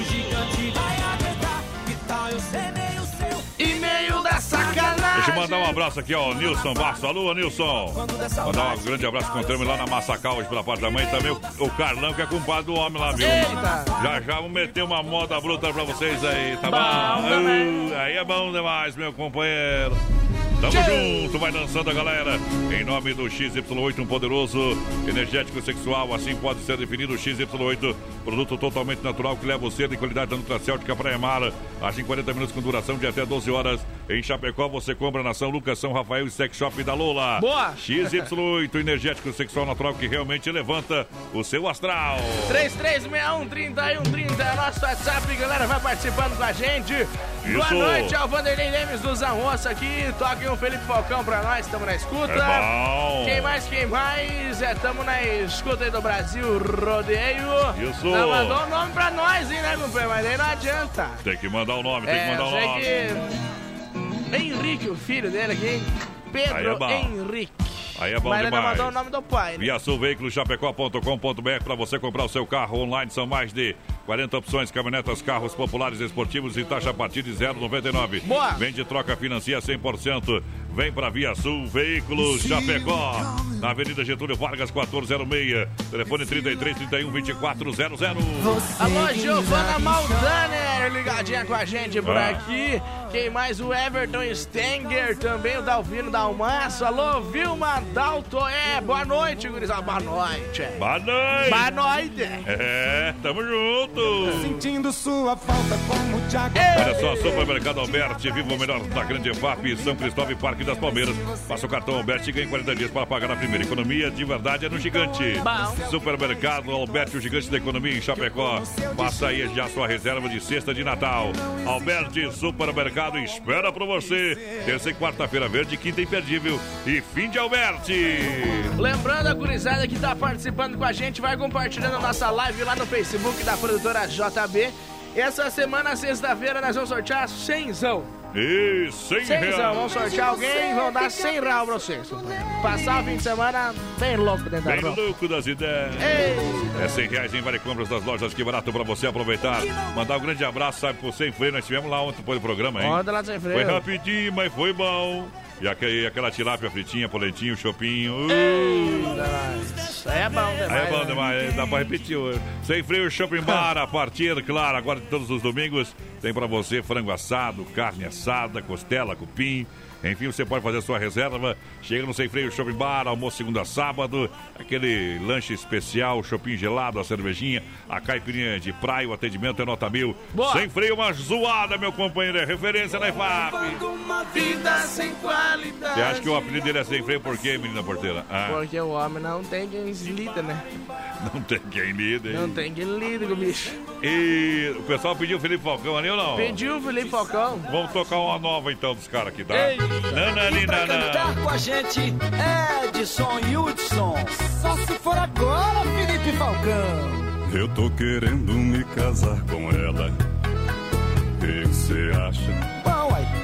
E-mail da sacanagem. Deixa eu mandar um abraço aqui, ó, Nilson Basso. Alô, Nilson. Mandar um grande abraço, encontramos lá na Massacal hoje pela parte da mãe. Também o, o Carlão, que é compadre do homem lá, viu? Eita. Já já vamos meter uma moda bruta pra vocês aí, tá bom? Bom Uh, aí é bom demais, meu companheiro. Tamo junto, vai dançando a galera. Em nome do X Y oito, um poderoso energético sexual. Assim pode ser definido o X Y oito. Produto totalmente natural que leva você de qualidade da Nutracêutica Praia Mar. Age em quarenta minutos com duração de até doze horas. Em Chapecó você compra na São Lucas, São Rafael e Sex Shop da Lola. Boa! X Y oito, energético sexual natural que realmente levanta o seu astral. três três seis um, três um três zero é nosso WhatsApp, galera, vai participando com a gente. Isso. Boa noite ao Vanderlei Lemes do Zanroça aqui. Toque um Felipe Falcão pra nós, estamos na escuta. É bom. Quem mais, quem mais? É, tamo na escuta aí do Brasil Rodeio. Isso. Não mandou o nome pra nós, hein, né, companheiro? Mas aí não adianta. Tem que mandar o nome, tem É, que mandar o sei nome. que Henrique, o filho dele aqui, hein? Pedro Aí é bom. Henrique. Aí é bom Mas ele não demais. mandou o nome do pai, né? Via Sul Veículos Chapecó ponto com ponto b r para você comprar o seu carro online. São mais de quarenta opções, caminhonetas, carros populares, esportivos e taxa a partir de zero vírgula noventa e nove. Boa! Vende, troca, financia cem por cento. Vem para Via Sul Veículos Chapecó. Na Avenida Getúlio Vargas, quatorze zero seis. Telefone trinta e três, trinta e um, vinte e quatro zero zero. Alô, Giovana Maldaner, ligadinha com a gente por Ah. aqui. Quem mais? O Everton Stenger, também o Dalvino Dalmaço. Alô, Vilma Daltoé. Boa noite, gurizada. Boa noite. Boa noite. Boa noite. É, tamo junto. Sentindo sua falta como o Thiago. Olha só, Supermercado Alberti, viva o melhor da grande E F A P, São Cristóvão e Parque das Palmeiras. Faça o cartão Alberti e ganhe quarenta dias para pagar na primeira. Economia de verdade é no Gigante. Bom. Supermercado Alberti, o gigante da economia em Chapecó. Faça aí já sua reserva de cesta de Natal. Alberti Supermercado espera por você. Terça e quarta-feira verde, quinta imperdível e fim de Alberti. Lembrando a gurizada que tá participando com a gente, vai compartilhando a nossa live lá no Facebook da produtora J B. Essa semana, sexta-feira, nós vamos sortear cenzão. E cem Cenzão, reais. vamos sortear alguém e vão dar cem reais pra vocês. Passar o fim de semana bem louco dentro da Bem rua. louco das ideias. Ei. É cem reais em vale compras das lojas Que Barato pra você aproveitar. Mandar um grande abraço, sabe, pro Sem Freio. Nós estivemos lá ontem depois do programa, hein? Ontem lá do Sem Freio. Foi rapidinho, mas foi bom. E aquele, aquela tilápia fritinha, polentinho, chopinho. Uh. Isso aí é bom demais. Aí é bom né? demais, dá pra repetir. hoje. Sem Freio Shopping Bar, a partir, claro, agora de todos os domingos, tem pra você frango assado, carne assada, costela, cupim. Enfim, você pode fazer a sua reserva. Chega no Sem Freio Shopping Bar, almoço segunda a sábado. Aquele lanche especial, shopping gelado, a cervejinha, a caipirinha de praia, o atendimento é nota mil. Boa. Sem Freio, uma zoada, meu companheiro, é referência na I F A P. Uma vida sem qualidade. Você acha que o apelido dele é Sem Freio por quê, menina porteira? Ah, Porque o homem não tem quem lida, né? não tem quem lida, hein? Não tem quem lida com o bicho. E o pessoal pediu o Felipe Falcão ali ou não? Pediu o Felipe Falcão. Vamos tocar uma nova então dos caras aqui, tá? Ei. Nanani, E pra nanã. cantar com a gente, Edson e Hudson. Só se for agora, Felipe Falcão. Eu tô querendo me casar com ela. O que você acha? Bom, aí.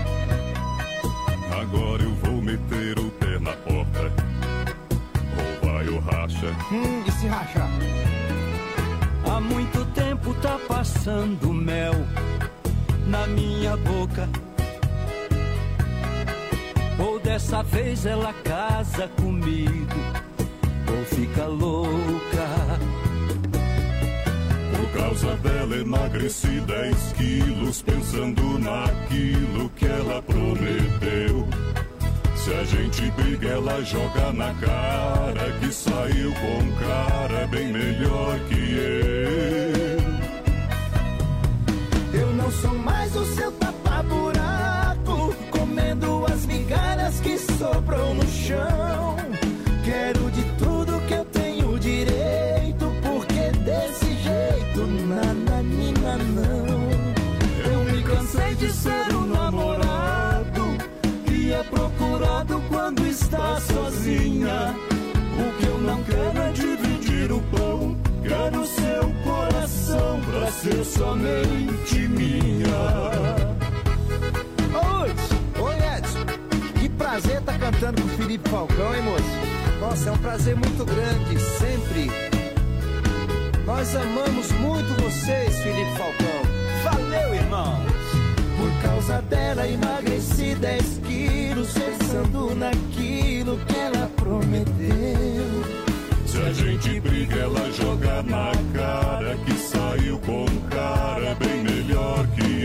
Agora eu vou meter o pé na porta. Ou vai o racha? Hum, e se rachar? Há muito tempo tá passando mel na minha boca. Ou dessa vez ela casa comigo, ou fica louca. Por causa dela emagreci dez quilos, pensando naquilo que ela prometeu. Se a gente briga, ela joga na cara que saiu com um cara bem melhor que eu. Eu não sou mais o seu tapa-buraco, comendo as migalhas que sobram no chão. Quero de tudo que eu tenho direito, porque desse jeito, nananina não. Eu me cansei de ser um namorado que é procurado quando está sozinha. O que eu não quero é dividir o pão, quero seu coração pra ser somente minha. Oi, oi Edson, que prazer tá cantando com o Felipe Falcão, hein, moço? Nossa, é um prazer muito grande, sempre. Nós amamos muito vocês, Felipe Falcão. Valeu, irmão. Por causa dela emagreci dez quilos, pensando naquilo que ela prometeu. Se a gente briga, ela joga na cara que saiu com um cara bem melhor que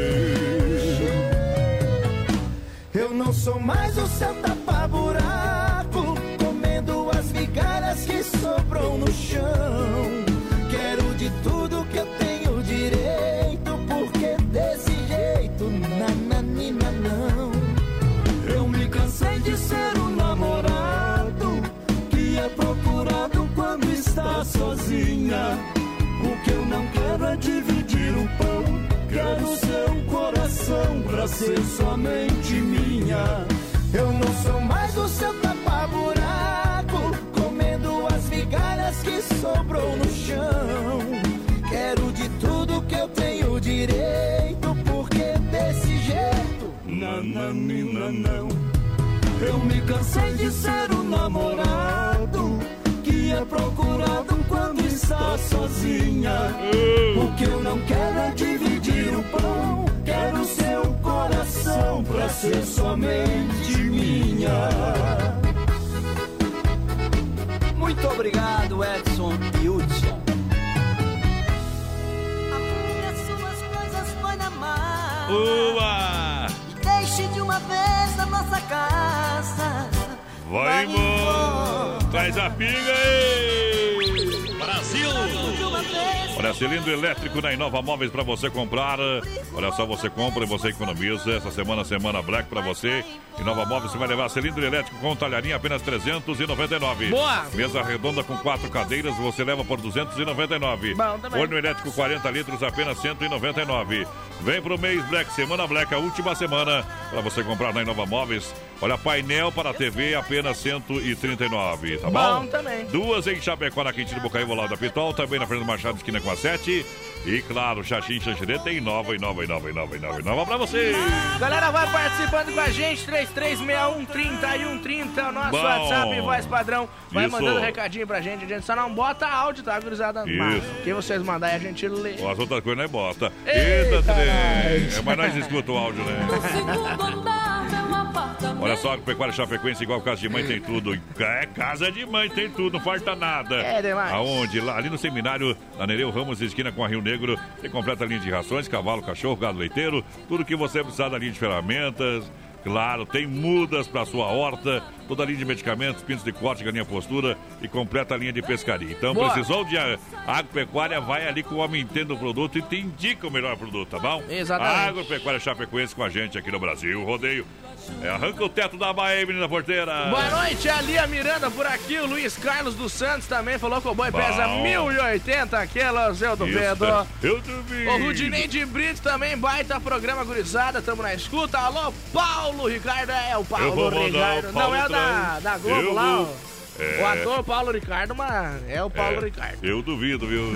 eu. Eu não sou mais o seu tapa-buraco, comendo as migalhas que sobram no chão. Quero de tudo que eu tenho direito, porque desse jeito, nananina não. Eu me cansei de ser um namorado que é procurado quando está sozinha. O que eu não quero é dividir o pão, Quero seu coração pra ser somente minha. Eu não sou mais o seu tapa-buraco, comendo as migalhas que sobrou no chão. Quero de tudo que eu tenho direito, porque desse jeito, nananina não. Eu me cansei de ser o namorado que é procurado quando está sozinha. O que eu não quero é dividir o pão. Quero seu coração pra ser somente minha. Muito obrigado, Edson e Hudson. Arrume as suas coisas, põe na mala. Boa! E deixe de uma vez a nossa casa. Vai embora! Traz a pinga aí! Brasil! Olha, cilindro elétrico na Inova Móveis para você comprar. Olha só, você compra e você economiza. Essa semana, semana Black para você. Inova Móveis, você vai levar cilindro elétrico com talharinha apenas trezentos e noventa e nove. Boa! Mesa redonda com quatro cadeiras, você leva por duzentos e noventa e nove. Bom, também. Forno elétrico quarenta litros, apenas cento e noventa e nove. Vem pro mês Black, semana Black, a última semana para você comprar na Inova Móveis. Olha, painel para a T V, apenas cento e trinta e nove, tá bom? Bom também. Duas em Chapecó, na Quintino Bocaiúva, ao lado da Pitol, também na Fernando Machado, esquina com a sete. E claro, Xaxim Xanxerê tem nova, e nova, e nova, e nova, e nova, e nova pra você. Galera, vai participando com a gente, três três seis um, trinta e um trinta, é o nosso Bom. WhatsApp, voz padrão. Vai Isso. mandando um recadinho pra gente, a gente só não bota áudio, tá, gurizada? Mas Isso. que vocês mandarem a gente lê. As outras coisas nós bota. Eita, trem. nós. É, mas nós escuta o áudio, né? Olha só, Pecuária Chapecoense, igual casa de mãe, tem tudo. É casa de mãe, tem tudo, não falta nada. É demais. Aonde? Lá, ali no seminário, na Nereu Ramos, esquina com a Rio Negro, tem completa linha de rações, cavalo, cachorro, gado leiteiro, tudo que você precisar da linha de ferramentas. Claro, tem mudas para sua horta, toda a linha de medicamentos, pintos de corte, galinha postura e completa a linha de pescaria. Então, Boa. precisou de agropecuária, vai ali com o homem entenda o produto e te indica o melhor produto, tá bom? Exatamente. Agropecuária Chapecoense com a gente aqui no Brasil. Rodeio. É, arranca o teto da Bahia, menina porteira. Boa noite, a Lia Miranda por aqui, o Luiz Carlos dos Santos também falou que o boi Bom. pesa mil e oitenta quilos, eu duvido. Isso, eu duvido. O Rudinei de Brito também, baita programa gurizada, tamo na escuta. Alô, Paulo Ricardo, é o Eu Paulo vou mandar Ricardo, o Paulo não é o da, atrás. da Globo Eu lá, vou- ó. É. O ator Paulo Ricardo, mas é o Paulo É, Ricardo. Eu duvido, viu?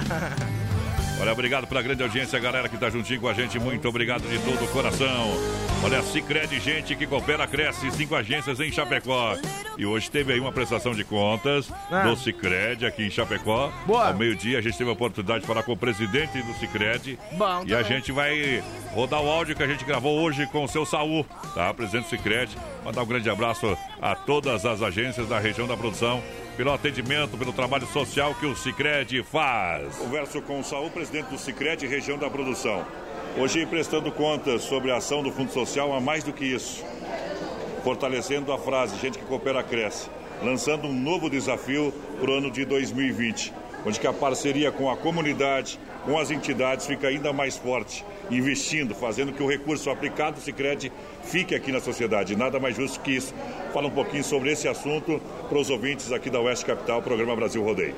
Olha, obrigado pela grande audiência, galera que tá juntinho com a gente. Muito obrigado de todo o coração. Olha, Sicredi, gente que coopera, cresce. Cinco agências em Chapecó. E hoje teve aí uma prestação de contas Ah. do Sicredi aqui em Chapecó. Boa. Ao meio-dia a gente teve a oportunidade de falar com o presidente do Sicredi. Bom, E a também. gente vai rodar o áudio que a gente gravou hoje com o seu Saul, tá? Presidente do Sicredi. Mandar um grande abraço a todas as agências da região da produção, pelo atendimento, pelo trabalho social que o Sicredi faz. Converso com o Saul, presidente do Sicredi, região da produção. Hoje prestando contas sobre a ação do Fundo Social, há mais do que isso. Fortalecendo a frase, gente que coopera cresce. Lançando um novo desafio para o ano de dois mil e vinte, onde que a parceria com a comunidade, com as entidades, fica ainda mais forte. Investindo, fazendo que o recurso aplicado do Sicredi fique aqui na sociedade. Nada mais justo que isso. Fala um pouquinho sobre esse assunto para os ouvintes aqui da Oeste Capital, programa Brasil Rodeio.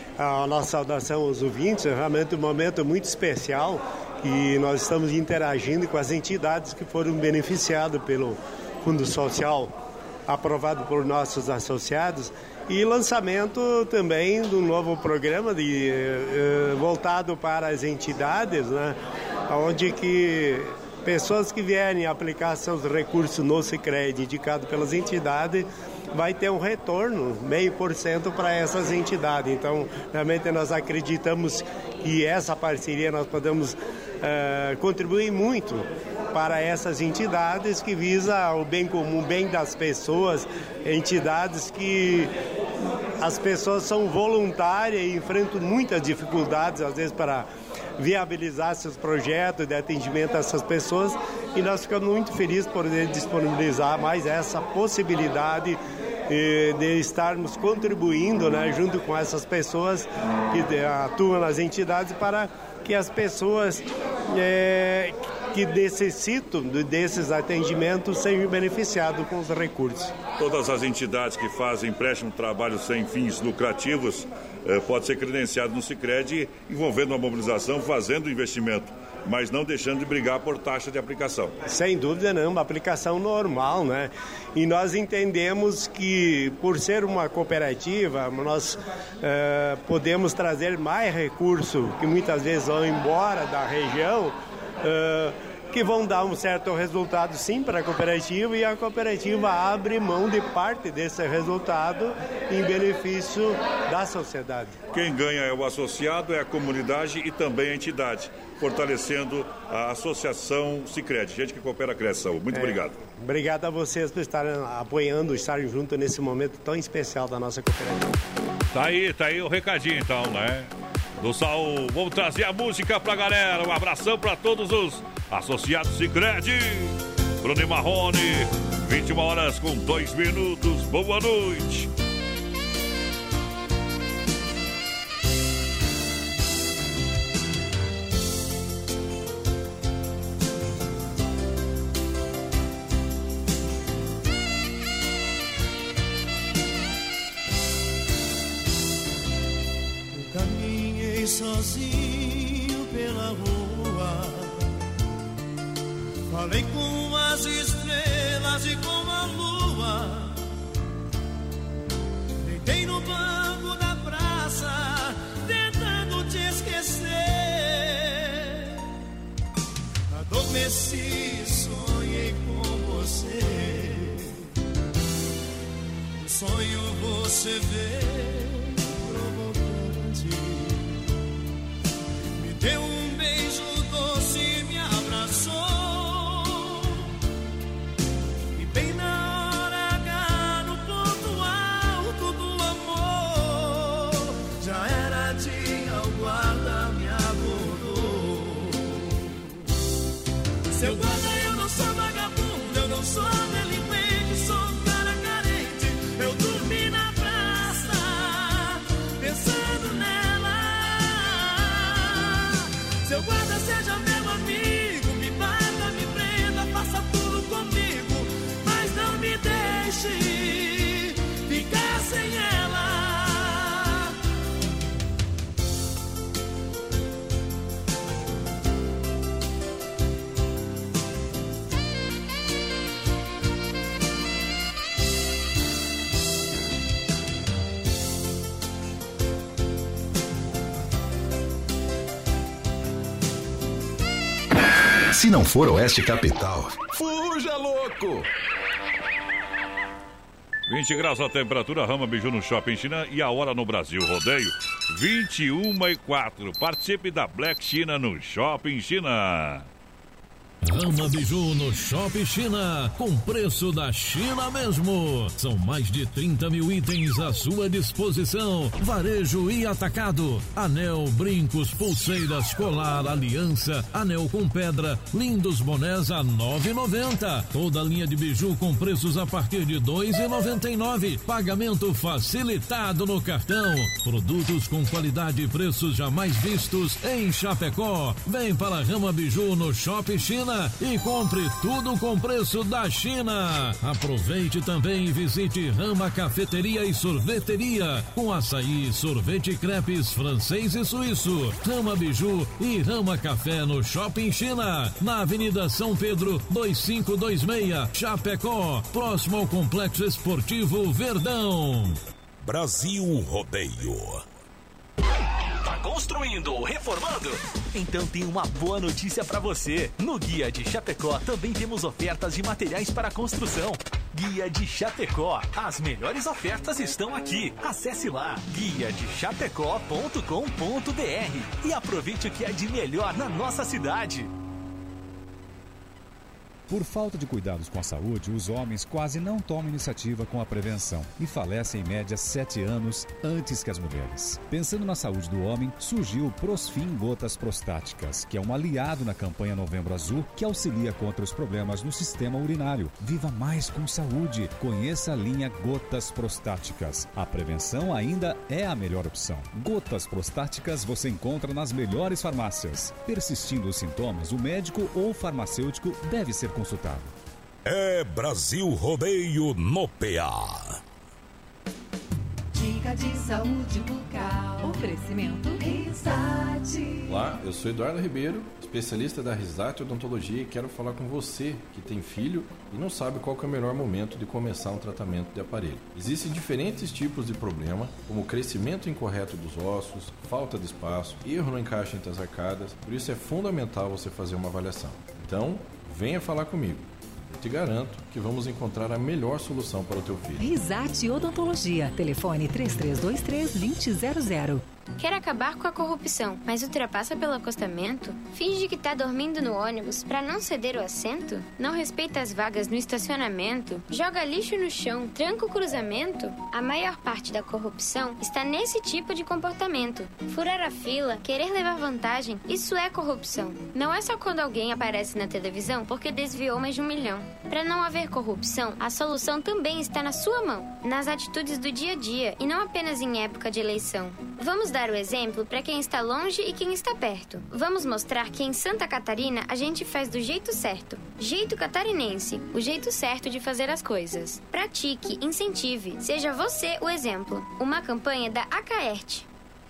A nossa saudação aos ouvintes, é realmente um momento muito especial e nós estamos interagindo com as entidades que foram beneficiadas pelo Fundo Social, aprovado por nossos associados, e lançamento também do novo programa de, eh, voltado para as entidades, né, onde que pessoas que vierem aplicar seus recursos no Sicredi indicado pelas entidades vai ter um retorno, meio por cento para essas entidades. Então, realmente nós acreditamos que essa parceria nós podemos uh, contribuir muito para essas entidades que visa o bem comum, o bem das pessoas, entidades que as pessoas são voluntárias e enfrentam muitas dificuldades, às vezes, para viabilizar seus projetos de atendimento a essas pessoas, e nós ficamos muito felizes por poder disponibilizar mais essa possibilidade eh, de estarmos contribuindo, né, junto com essas pessoas que de, atuam nas entidades para que as pessoas eh, que necessitam desses atendimentos sejam beneficiadas com os recursos. Todas as entidades que fazem empréstimo de trabalho sem fins lucrativos eh, pode ser credenciado no Sicredi, envolvendo uma mobilização, fazendo investimento. mas não deixando de brigar por taxa de aplicação. Sem dúvida não, uma aplicação normal, né? E nós entendemos que, por ser uma cooperativa, nós uh, podemos trazer mais recursos que muitas vezes vão embora da região, uh, que vão dar um certo resultado sim para a cooperativa, e a cooperativa abre mão de parte desse resultado em benefício da sociedade. Quem ganha é o associado, é a comunidade e também a entidade, fortalecendo a associação Sicredi, gente que coopera cresce saúde. Muito é, obrigado. Obrigado a vocês por estarem apoiando, estarem juntos nesse momento tão especial da nossa cooperativa. Tá aí, tá aí o recadinho então, né? Do Saul, vamos trazer a música pra galera. Um abração pra todos os associados Sicredi. Bruno e Marrone, vinte e uma horas com dois minutos. Boa noite. Sozinho pela rua, falei com as estrelas e com a lua, deitei no banco da praça, tentando te esquecer. Adormeci, sonhei com você, um sonho você veio provocante. Deu um beijo doce e me abraçou, e bem na hora H, no ponto alto do amor, já era dia, o guarda me abordou. Seu guarda, eu não sou vagabundo, eu não sou delinquente, sou um cara carente. Eu dormi na praça, pensando nela. Seu guarda, seja meu amigo, me bata, me prenda, faça tudo comigo, mas não me deixe ficar sem ela. Se não for Oeste Capital, fuja, louco! vinte graus a temperatura, Rama Biju no Shopping China e a hora no Brasil Rodeio, vinte e uma e quatro. Participe da Black China no Shopping China. Rama Biju no Shopping China, com preço da China mesmo. São mais de trinta mil itens à sua disposição. Varejo e atacado. Anel, brincos, pulseiras, colar, aliança, anel com pedra, lindos bonés a nove reais e noventa centavos. Toda linha de biju com preços a partir de dois reais e noventa e nove centavos. Pagamento facilitado no cartão. Produtos com qualidade e preços jamais vistos em Chapecó. Vem para Rama Biju no Shopping China e compre tudo com preço da China. Aproveite também e visite Rama Cafeteria e Sorveteria, com açaí, sorvete, crepes francês e suíço. Rama Biju e Rama Café no Shopping China, na Avenida São Pedro dois cinco dois seis, Chapecó, próximo ao Complexo Esportivo Verdão. Brasil Rodeio. Tá construindo ou reformando? Então tem uma boa notícia pra você. No Guia de Chapecó também temos ofertas de materiais para construção. Guia de Chapecó. As melhores ofertas estão aqui. Acesse lá guia de chapecó ponto com ponto br e aproveite o que é de melhor na nossa cidade. Por falta de cuidados com a saúde, os homens quase não tomam iniciativa com a prevenção e falecem em média sete anos antes que as mulheres. Pensando na saúde do homem, surgiu o Prosfin Gotas Prostáticas, que é um aliado na campanha Novembro Azul, que auxilia contra os problemas no sistema urinário. Viva mais com saúde! Conheça a linha Gotas Prostáticas. A prevenção ainda é a melhor opção. Gotas Prostáticas você encontra nas melhores farmácias. Persistindo os sintomas, o médico ou farmacêutico deve ser consultado. É Brasil Rodeio no P A. Dica de saúde bucal. Oferecimento Risate. Olá, eu sou Eduardo Ribeiro, especialista da Risate Odontologia, e quero falar com você que tem filho e não sabe qual que é o melhor momento de começar um tratamento de aparelho. Existem diferentes tipos de problema, como crescimento incorreto dos ossos, falta de espaço, erro no encaixe entre as arcadas, por isso é fundamental você fazer uma avaliação. Então, venha falar comigo. Eu te garanto que vamos encontrar a melhor solução para o teu filho. Risate Odontologia. Telefone três três dois três, dois zero zero zero. Quer acabar com a corrupção, mas ultrapassa pelo acostamento? Finge que tá dormindo no ônibus para não ceder o assento? Não respeita as vagas no estacionamento? Joga lixo no chão, tranca o cruzamento? A maior parte da corrupção está nesse tipo de comportamento. Furar a fila, querer levar vantagem, isso é corrupção. Não é só quando alguém aparece na televisão porque desviou mais de um milhão. Para não haver corrupção, a solução também está na sua mão, nas atitudes do dia a dia e não apenas em época de eleição. Vamos dar o exemplo para quem está longe e quem está perto. Vamos mostrar que em Santa Catarina a gente faz do jeito certo. Jeito catarinense, o jeito certo de fazer as coisas. Pratique, incentive, seja você o exemplo. Uma campanha da Acaerte.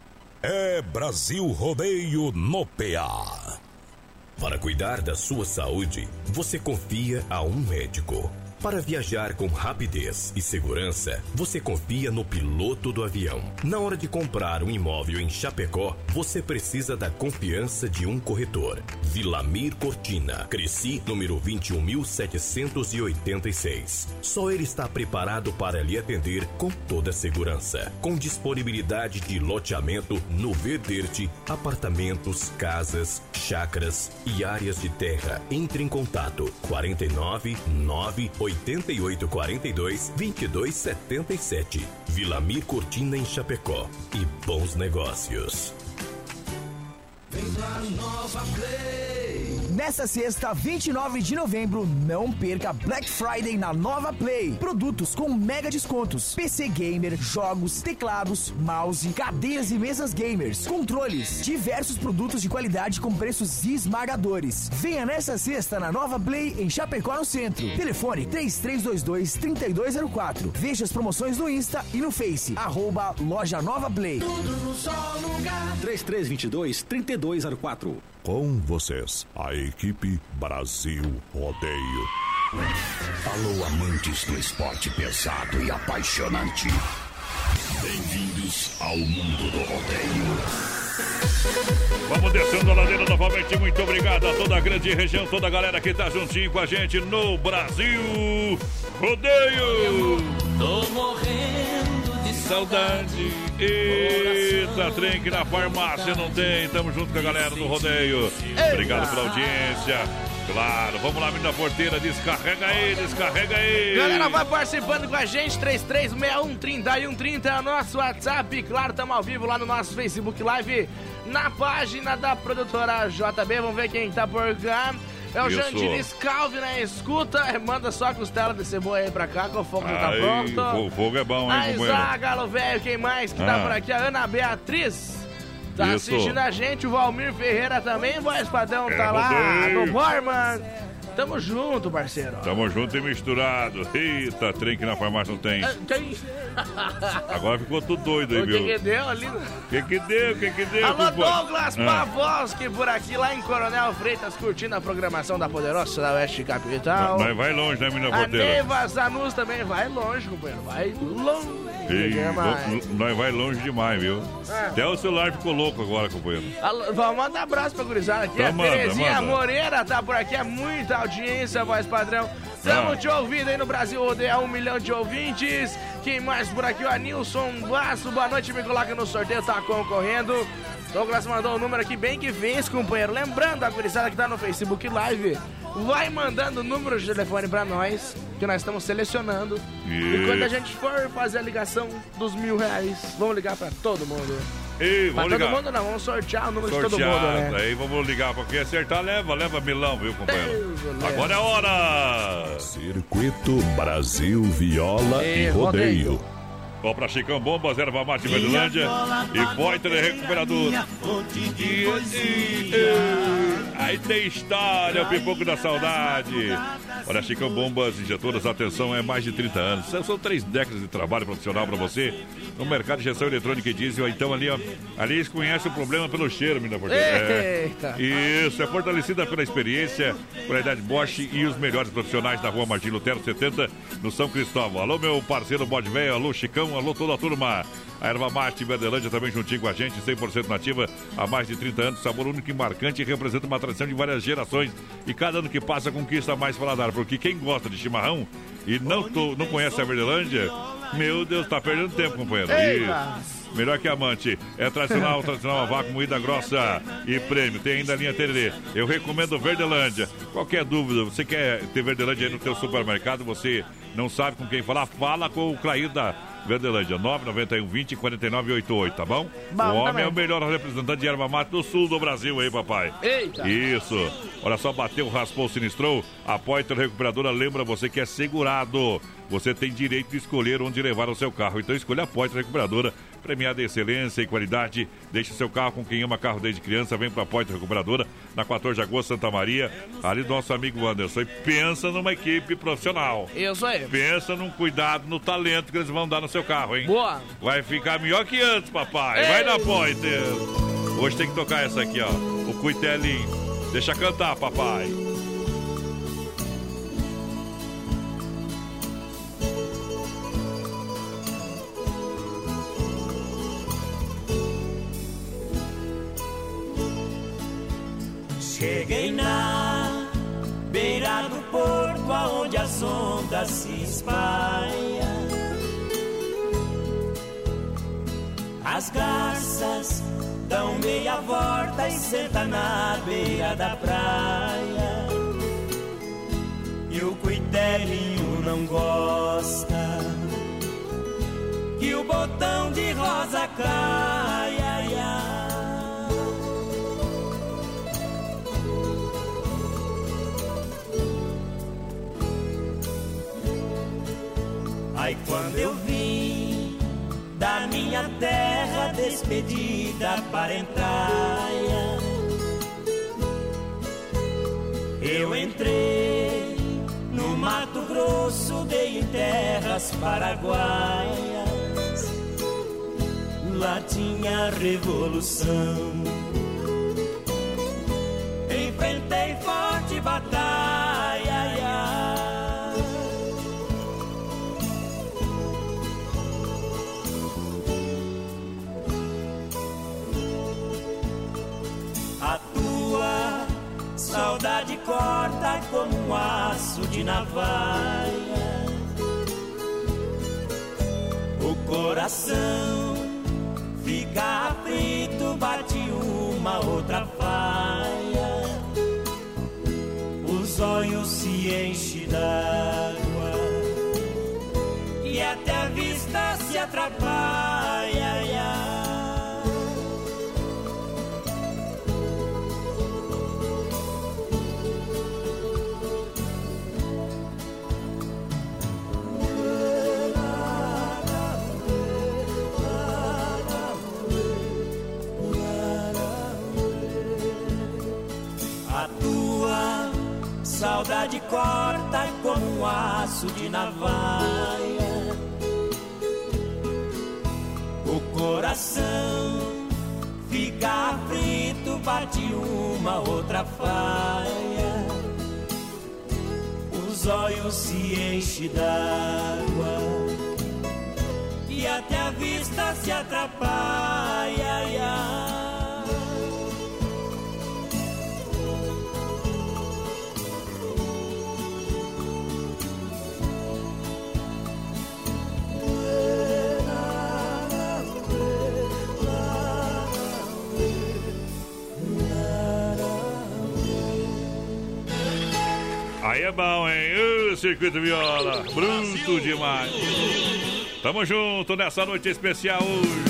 É Brasil Rodeio no P A. Para cuidar da sua saúde, você confia a um médico. Para viajar com rapidez e segurança, você confia no piloto do avião. Na hora de comprar um imóvel em Chapecó, você precisa da confiança de um corretor. Vilamir Cortina, Cresci, número vinte e um mil setecentos e oitenta e seis. Só ele está preparado para lhe atender com toda segurança. Com disponibilidade de loteamento no Verderte, apartamentos, casas, chácaras e áreas de terra. Entre em contato quarenta e nove, nove, oitenta e oito, quarenta e dois, vinte e dois, setenta e sete. Vilamir Cortina em Chapecó. E bons negócios. Vem pra Nova Play. Nessa sexta, vinte e nove de novembro, não perca Black Friday na Nova Play. Produtos com mega descontos. P C Gamer, jogos, teclados, mouse, cadeiras e mesas gamers, controles, diversos produtos de qualidade com preços esmagadores. Venha nessa sexta na Nova Play em Chapecó no centro. Telefone três três dois dois, três dois zero quatro. Veja as promoções no Insta e no Face. Arroba Loja Nova Play. Tudo no só lugar. três três dois dois, três dois zero quatro. Com vocês, a equipe Brasil Rodeio. Alô, amantes do esporte pesado e apaixonante. Bem-vindos ao mundo do rodeio. Vamos descendo a ladeira novamente. Muito obrigado a toda a grande região, toda a galera que tá juntinho com a gente no Brasil Rodeio. Tô morrendo de saudade. Eita, trem que na farmácia não tem. Tamo junto com a galera do rodeio. Obrigado pela audiência. Claro, vamos lá, menina porteira, descarrega aí, descarrega aí. Galera, vai participando com a gente, três três seis um, três um três zero é o nosso WhatsApp. Claro, estamos ao vivo lá no nosso Facebook Live, na página da produtora J B. Vamos ver quem tá por cá. É o Isso. Jandir Scalvi na escuta. Manda só a costela de cebola aí pra cá, que o fogo já tá pronto. O fogo é bom, hein, A companheiro? Isa, Galo Velho, quem mais que Ah. tá por aqui? A Ana Beatriz. Tá Isso. assistindo a gente, o Valmir Ferreira também, voz padrão, É, tá lá, rodeio. no Borman. Tamo junto, parceiro. Tamo junto e misturado. Eita, trem que na farmácia não tem. Ah, tem- Agora ficou tudo doido aí, O que viu? que deu ali? O que que deu? O que que deu? Alô, compadre? Douglas Ah. Pavoski por aqui, lá em Coronel Freitas, curtindo a programação da Poderosa da Oeste Capital. Mas vai longe, né, menina A porteira? Neiva Zanus também vai longe, companheiro. Vai longe. Ei, demais. no- nós vai longe demais, viu? Ah. Até o celular ficou louco agora, companheiro. Alô, vamos mandar abraço pra gurizada aqui. Então a manda, Terezinha manda. Moreira tá por aqui, é muita audiência, voz padrão. Tamo Ah. te ouvindo aí no Brasil, rodeia um milhão de ouvintes. Quem mais por aqui? O Anilson Basso, boa noite, me coloca no sorteio, tá concorrendo. Douglas mandou o número aqui bem que fez, companheiro. Lembrando, a gurizada que tá no Facebook Live, vai mandando o número de telefone pra nós, que nós estamos selecionando. E- E quando a gente for fazer a ligação dos mil reais, vamos ligar pra todo mundo. Ei, Pra vamos todo ligar. mundo não, vamos sortear o número de todo mundo, Sorteado, né? aí vamos ligar, porque acertar leva, leva milão, viu, companheiro? Deus, leva. Agora é a hora! Circuito Brasil Viola e, E Rodeio. Vou pra Chicão Bombas, Erva Mate Verdelândia e Poiter Recuperador. E, e, e, aí tem história, o pipoco da saudade. Olha, Chicão Bombas Injetoras, atenção, é mais de trinta anos. São três décadas de trabalho profissional para você no mercado de injeção eletrônica e diesel. Então ali, ó, ali eles conhecem o problema pelo cheiro, menina. Eita! É, isso, é fortalecida pela experiência, qualidade Bosch e os melhores profissionais da Rua Martim Lutero setenta, no São Cristóvão. Alô, meu parceiro Bode Velho, alô, Chicão, alô, toda a turma. A Erva Mate Verdelândia também juntinho com a gente, cem por cento nativa, há mais de trinta anos, sabor único e marcante, representa uma tradição de várias gerações e cada ano que passa conquista mais paladar, porque quem gosta de chimarrão e não, tô, não conhece a Verdelândia, meu Deus, tá perdendo tempo, companheiro. E melhor que amante, é tradicional, tradicional, a vácuo, moída grossa e prêmio, tem ainda a linha Tererê. Eu recomendo Verdelândia. Qualquer dúvida, você quer ter Verdelândia aí no teu supermercado, você não sabe com quem falar, fala com o Clair da Verdelândia, nove nove um, vinte, quarenta e nove oitenta e oito, tá bom? bom o homem também é o melhor representante de erva mate do sul do Brasil aí, papai. Eita! Isso. Olha só, bateu, raspou, sinistrou. A Poiter Recuperadora lembra você que é segurado. Você tem direito de escolher onde levar o seu carro. Então escolha a Poiter Recuperadora, premiada excelência e qualidade. Deixe seu carro com quem ama carro desde criança. Vem pra Poiter Recuperadora, na quatorze de agosto, Santa Maria. Ali do nosso amigo Anderson. E pensa numa equipe profissional. Isso aí. Pensa num cuidado, no talento que eles vão dar no seu carro, hein? Boa. Vai ficar melhor que antes, papai. Ei. Vai na Poiter. Hoje tem que tocar essa aqui, ó. O Cuitelinho. Deixa cantar, papai. Cheguei na beira do porto, aonde as ondas se espalham. As garças dão meia volta e senta na beira da praia. E o cuitelinho não gosta que o botão de rosa caia. Aí quando eu vim da minha terra despedida parentaia, eu entrei no Mato Grosso, dei em terras paraguaias. Lá tinha revolução, enfrentei forte batalha. A tua saudade corta como um aço de navalha. O coração fica aflito, bate uma outra falha. Os olhos se enchem d'água e até a vista se atrapalha. Saudade corta como um aço de navalha. O coração fica aflito, bate uma outra falha. Os olhos se enchem d'água e até a vista se atrapalha. Aí é bom, hein? O Circuito Viola, bruto demais. Tamo junto nessa noite especial hoje.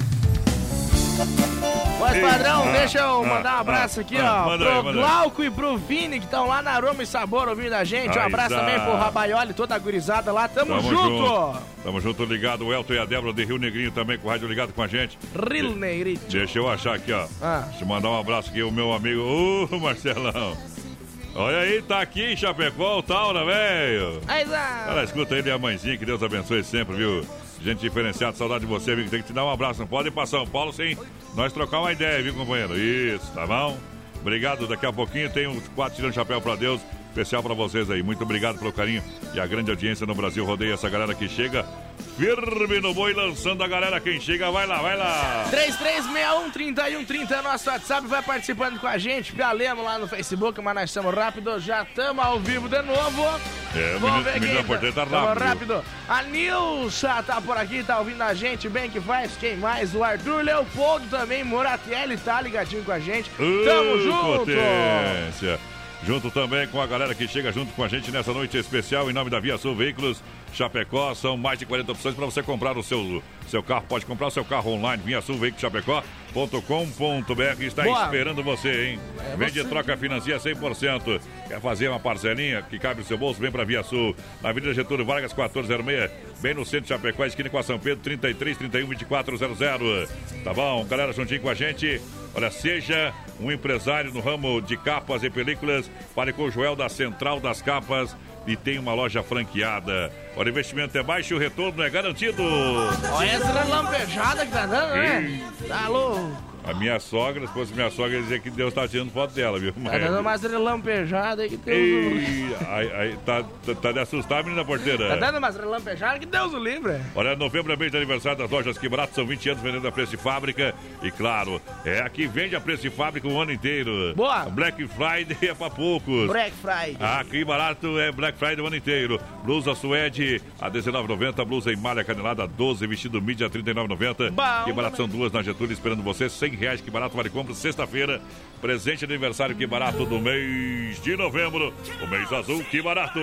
Mas, padrão, ah, deixa eu mandar ah, um abraço ah, aqui, ah, ó, manda pro aí, manda Glauco aí. E pro Vini, que estão lá na Aroma e Sabor ouvindo a gente. Um Aí abraço tá. também pro Rabaioli, toda a gurizada lá. Tamo, Tamo junto. junto! Tamo junto, ligado. O Elton e a Débora de Rio Negrinho também com o rádio ligado com a gente. Rio Negrinho. Deixa eu achar aqui, ó. Ah. Deixa eu mandar um abraço aqui, o meu amigo, ô Marcelão. Olha aí, tá aqui em Chapecó, o Taura, velho. Ela escuta ele e a mãezinha, que Deus abençoe sempre, viu? Gente diferenciada, saudade de você, amigo. Tem que te dar um abraço. Não pode ir pra São Paulo sem nós trocar uma ideia, viu, companheiro? Isso, tá bom? Obrigado. Daqui a pouquinho tem uns quatro tirando chapéu pra Deus. Especial pra vocês aí. Muito obrigado pelo carinho e a grande audiência no Brasil Rodeio. Essa galera que chega firme no boi, lançando a galera. Quem chega, vai lá, vai lá. três três seis um, três um três zero é nosso WhatsApp. Vai participando com a gente. Galemos lá no Facebook, mas nós estamos rápido. Já estamos ao vivo de novo. É, o Vamos menino, ver menino da quem porteira tá Tamo rápido. rápido. A Nilsa tá por aqui, tá ouvindo a gente. Bem que faz, quem mais? O Arthur Leopoldo também. Moratielli tá ligadinho com a gente. Tamo Uh, junto. Potência. Junto também com a galera que chega junto com a gente nessa noite especial em nome da Via Sul Veículos Chapecó. São mais de quarenta opções para você comprar o seu, seu carro. Pode comprar o seu carro online, via sul veículos chapecó ponto com ponto b r. Está Boa. esperando você, hein? É Vende, você. troca, financia cem por cento. Quer fazer uma parcelinha que cabe no seu bolso? Vem para Via Sul. Na Avenida Getúlio Vargas, quatorze zero seis, bem no centro de Chapecó, esquina com a São Pedro, trinta e três, trinta e um, vinte e quatro zero zero. Tá bom? Galera juntinho com a gente. Olha, seja um empresário no ramo de capas e películas, fale com o Joel da Central das Capas e tem uma loja franqueada. O investimento é baixo e o retorno é garantido. Olha essa lampejada que tá dando, né? Tá louco. A minha sogra, se fosse minha sogra, ia dizer que Deus tá tirando foto dela, viu? Tá dando mais relampejada aí que Deus Ei, aí, aí, tá, tá, tá de assustar, menina porteira. Tá dando mais relampejada que Deus o livre. Olha, novembro é mês de aniversário das lojas Que Barato, são vinte anos vendendo a preço de fábrica. E claro, é aqui vende a preço de fábrica o ano inteiro. Boa! Black Friday é pra poucos. Black Friday. Aqui Barato é Black Friday o ano inteiro. Blusa suede a dezenove reais e noventa centavos, blusa em malha canelada a doze, vestido mídia a trinta e nove reais e noventa centavos. Que Barato são duas na Getúlio esperando você, cem reais. Que Barato vale compra, sexta-feira. Presente de aniversário Que Barato do mês de novembro. O mês azul Que Barato.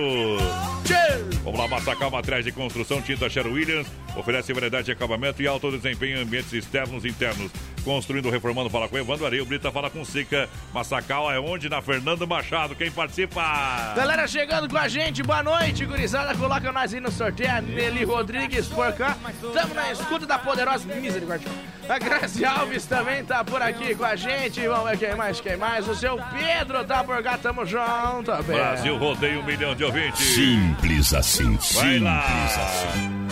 Vamos lá, Massacal Materiais de Construção, tinta Sher Williams. Oferece variedade de acabamento e alto desempenho em ambientes externos e internos. Construindo, reformando, fala com Evandro Areio. Brita, fala com Sica. Massacal é onde? Na Fernando Machado. Quem participa? Galera chegando com a gente, boa noite, gurizada. Coloca nós aí no sorteio. A Nelly Rodrigues por cá. Tamo na escuta da poderosa misericórdia. A Grazi Alves também tá por aqui com a gente. Vamos ver quem mais, quem mais. O seu Pedro tá por cá, tamo junto. Bem. Brasil rodeia um milhão de ouvintes. Simples assim, Vai simples lá. assim.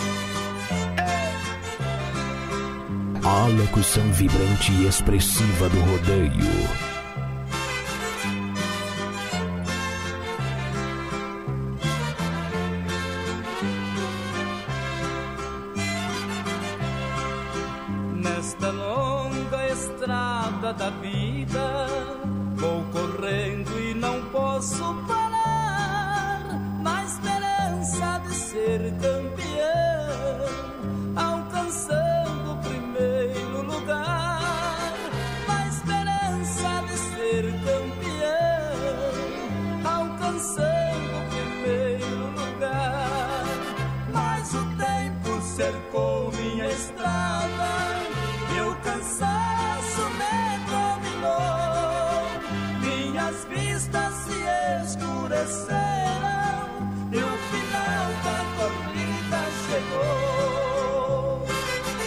A locução vibrante e expressiva do rodeio. Nesta longa estrada da vida, vou correndo e não posso parar, na esperança de ser campeão, alcançando o primeiro lugar, na esperança de ser campeão, alcançando o primeiro lugar. Mas o tempo cercou minha estrada, meu cansaço me dominou, minhas vistas se escureceram e o final da corrida chegou.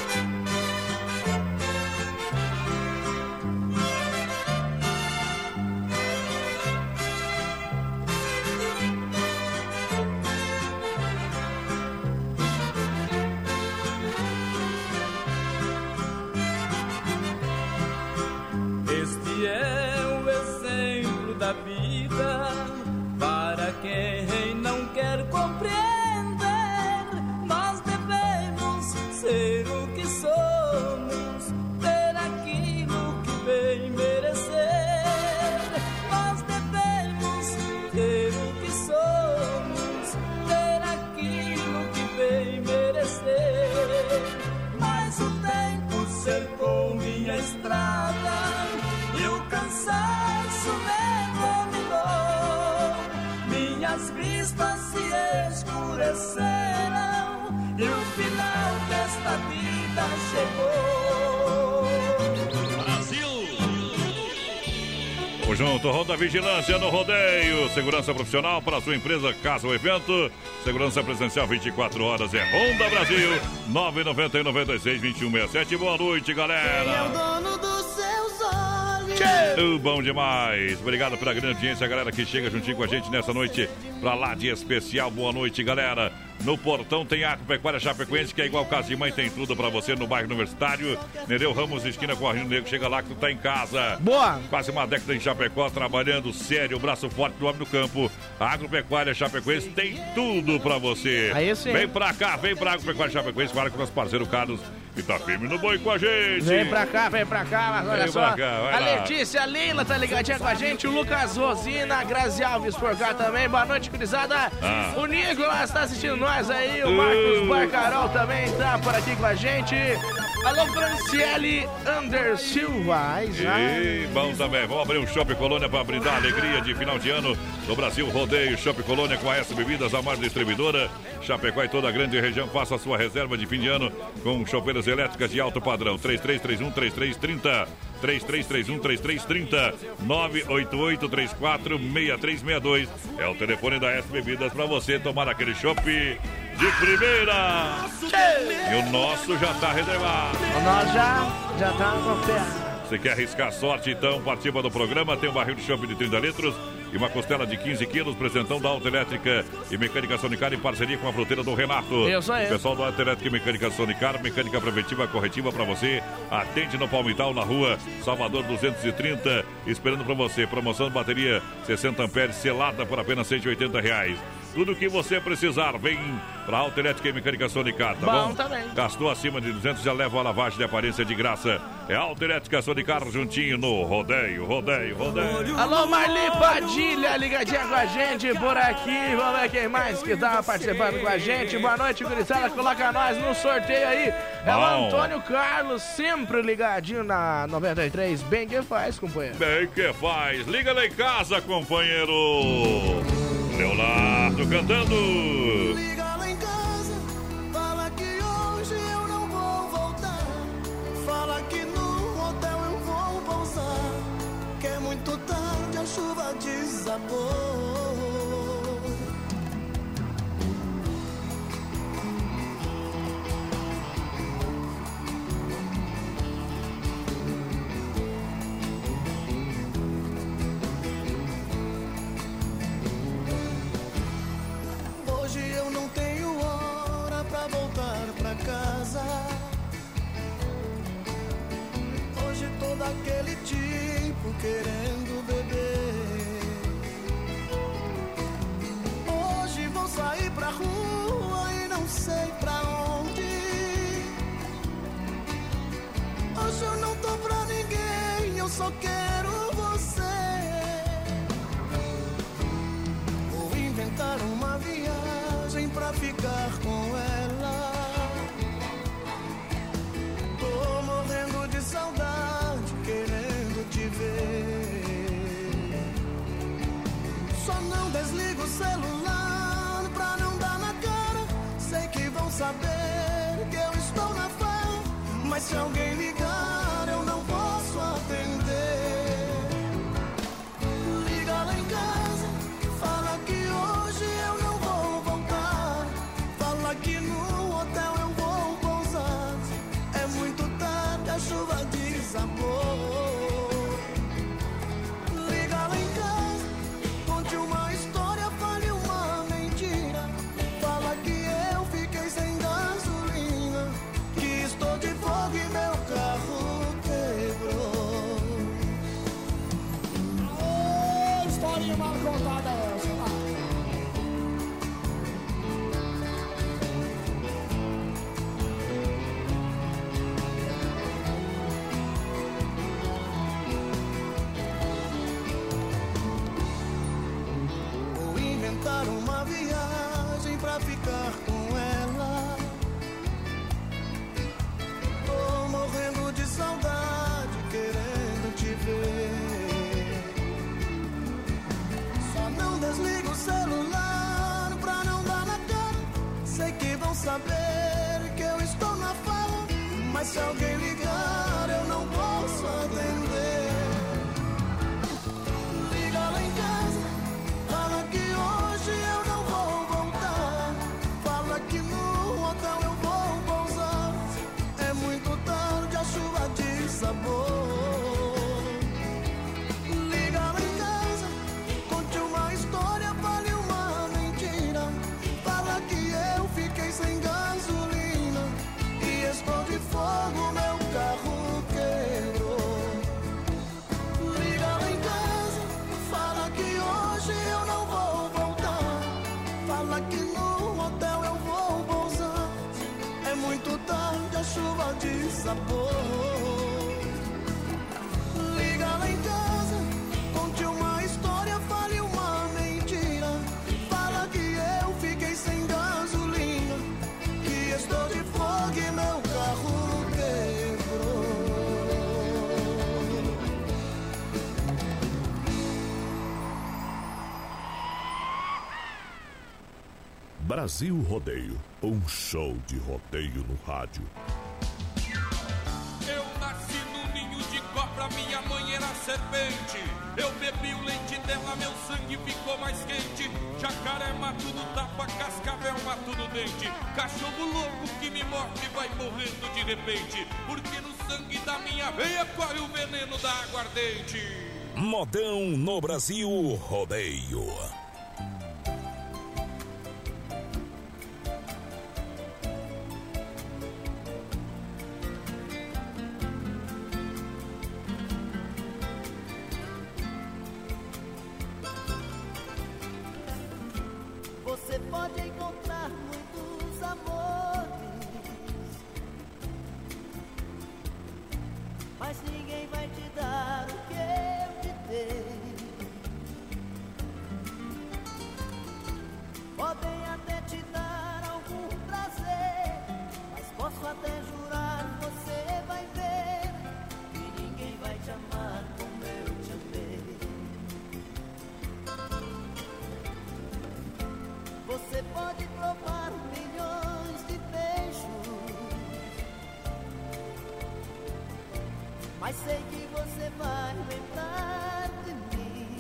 Este é o exemplo da vida para quem não quer compreender. Nós devemos ser o que somos, ter aquilo que bem merecer. Nós devemos ter o que somos, ter aquilo que bem merecer. Mas o tempo cercou minha estrada e o cansaço me dominou, minhas vistas se escureceram e o final desta vida chegou. Brasil! O junto, Ronda Vigilância no rodeio. Segurança profissional para a sua empresa, casa ou evento. Segurança presencial vinte e quatro horas é Ronda Brasil. nove nove um, nove seis, dois um seis sete. Boa noite, galera. Quem é o dono dos seus olhos? Uh, bom demais. Obrigado pela grande audiência, a galera que chega juntinho com a gente nessa noite pra lá de especial. Boa noite, galera. No Portão tem Agropecuária Chapecoense, que é igual casa de mãe, tem tudo pra você no bairro Universitário. Nereu Ramos, esquina com a Rio Negro. Chega lá que tu tá em casa. Boa! Quase uma década em Chapecó, trabalhando sério, o braço forte do homem no campo. A Agropecuária Chapecoense tem tudo pra você. Aí sim. Vem pra cá, vem pra Agropecuária Chapecoense, fala com o nosso parceiro Carlos, que tá firme no boi com a gente. Vem pra cá, vem pra cá, mas olha Vem só. pra cá, vai a lá. Letícia, a Leila tá ligadinha com a gente, o Lucas Rosina, a Grazi Alves por cá também. Boa noite, gurizada. Ah. O Nicolas tá assistindo nós aí, o Marcos Barcarol também tá por aqui com a gente. Alô, Franciele Ander Silva. Ai, já. E bom também, vamos abrir um Shopping Colônia para brindar a alegria de final de ano do Brasil Rodeio. Shopping Colônia com a S Bebidas, a maior distribuidora. Chapecó e toda a grande região, faça a sua reserva de fim de ano com chopeiras elétricas de alto padrão. três três três um, três três três zero, três três três um, três três três zero, nove oito oito, três quatro seis três seis dois. É o telefone da S Bebidas para você tomar aquele chopp de primeira. E o nosso já tá reservado. O nosso já, já tá no pé. Você quer arriscar sorte, então participa do programa. Tem um barril de chopp de trinta litros e uma costela de quinze quilos. Presentão da Autoelétrica e Mecânica Sonicar em parceria com a fruteira do Renato. Isso aí. O pessoal da Autoelétrica e Mecânica Sonicar, mecânica preventiva corretiva para você. Atende no Palmital, na rua Salvador duzentos e trinta, esperando para você. Promoção de bateria sessenta amperes selada por apenas cento e oitenta reais. Tudo o que você precisar, vem pra Autoelétrica e Mecânica Sonicar, tá bom? Bom também. Gastou acima de duzentos, já leva a lavagem de aparência de graça. É Autoelétrica Sonicar juntinho no rodeio, rodeio, rodeio. Alô, Marli Padilha, ligadinha com a gente por aqui. Vamos ver quem mais que tá participando com a gente. Boa noite, gurizada. Coloca nós no sorteio aí. É o Bom. Antônio Carlos, sempre ligadinho na noventa e três. Bem que faz, companheiro. Bem que faz. Liga lá em casa, companheiro. Leonardo cantando. Liga lá em casa, fala que hoje eu não vou voltar. Fala que no hotel eu vou pousar. Que é muito tarde, a chuva desabou. Hoje eu não tenho hora pra voltar pra casa. Hoje todo aquele tipo querendo beber. Hoje vou sair pra rua e não sei pra onde. Hoje eu não tô pra ninguém, eu só quero você. Vou inventar uma viagem pra ficar com ela. Tô morrendo de saudade, querendo te ver. Só não desligo o celular pra não dar na cara. Sei que vão saber que eu estou na farra, mas se alguém ligar eu não posso atender. Liga lá em casa, fala que hoje eu não vou voltar. Fala que no hotel eu vou pousar. É muito tarde, a chuva desabou. Liga lá em casa, conte uma história, fale uma mentira. Fala que eu fiquei sem gasolina, que estou de folga e meu carro quebrou. Ô, historinha mal contada essa, lá. Vou inventar uma viagem pra ficar com ela. Tô morrendo de saudade, querendo te ver. Só não desligo o celular pra não dar na cara. Sei que vão saber que eu estou na farra, mas se alguém ligar eu não posso atender. Liga lá em casa, fala que hoje eu não vou voltar. Fala que no hotel eu vou pousar. É muito tarde, a chuva desabou. sabor. Liga lá em casa, conte uma história, fale uma mentira. Fala que eu fiquei sem gasolina, que estou de fogo e meu carro quebrou. Brasil Rodeio, um show de rodeio no rádio. Eu nasci no ninho de cobra, minha mãe era serpente. Eu bebi o leite dela, meu sangue ficou mais quente. Jacaré mato no tapa, cascavel mato no dente. Cachorro louco que me morde vai morrendo de repente, porque no sangue da minha veia corre o veneno da aguardente. Modão no Brasil Rodeio. Você pode encontrar muitos amores, mas ninguém vai te dar o que eu te dei. Podem até te dar algum prazer, mas posso até jurar, você vai ver que ninguém vai te amar como eu te amei. Você pode provar milhões de beijos, mas sei que você vai lembrar de mim,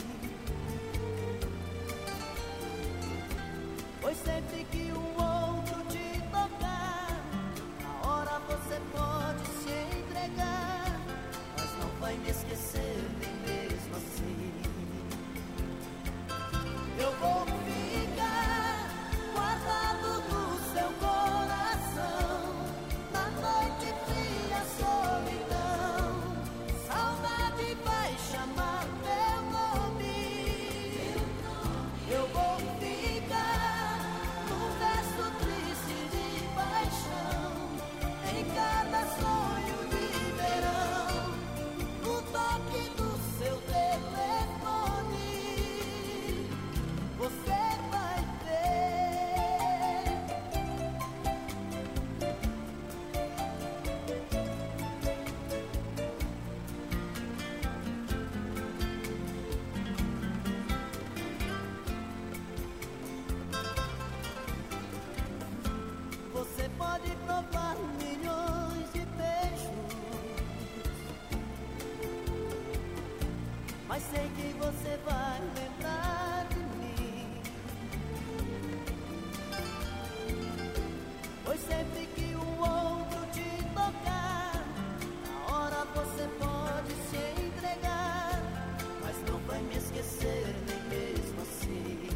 pois sempre que um outro te tocar, na hora você pode se entregar, mas não vai me esquecer nem mesmo assim. Eu vou ficar guardado no seu coração, na noite fria, solidão. Saudade vai chamar meu nome. Eu vou ficar num verso triste de paixão, em cada sonho de verão, no toque do seu telefone. Você vai ver. Você pode provar milhões de beijos, mas sei que você vai lembrar de mim, pois sempre que um outro te tocar, na hora você pode se entregar, mas não vai me esquecer nem mesmo assim.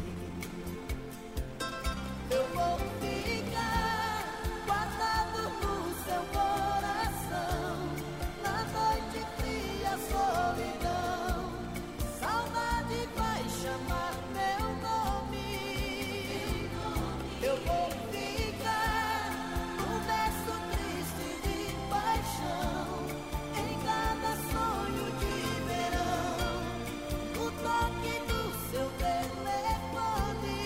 Eu vou ficar guardado no seu coração, na noite fria, solidão. Saudade vai chamar meu nome. Eu vou ficar num verso triste de paixão, em cada sonho de verão, no toque do seu telefone.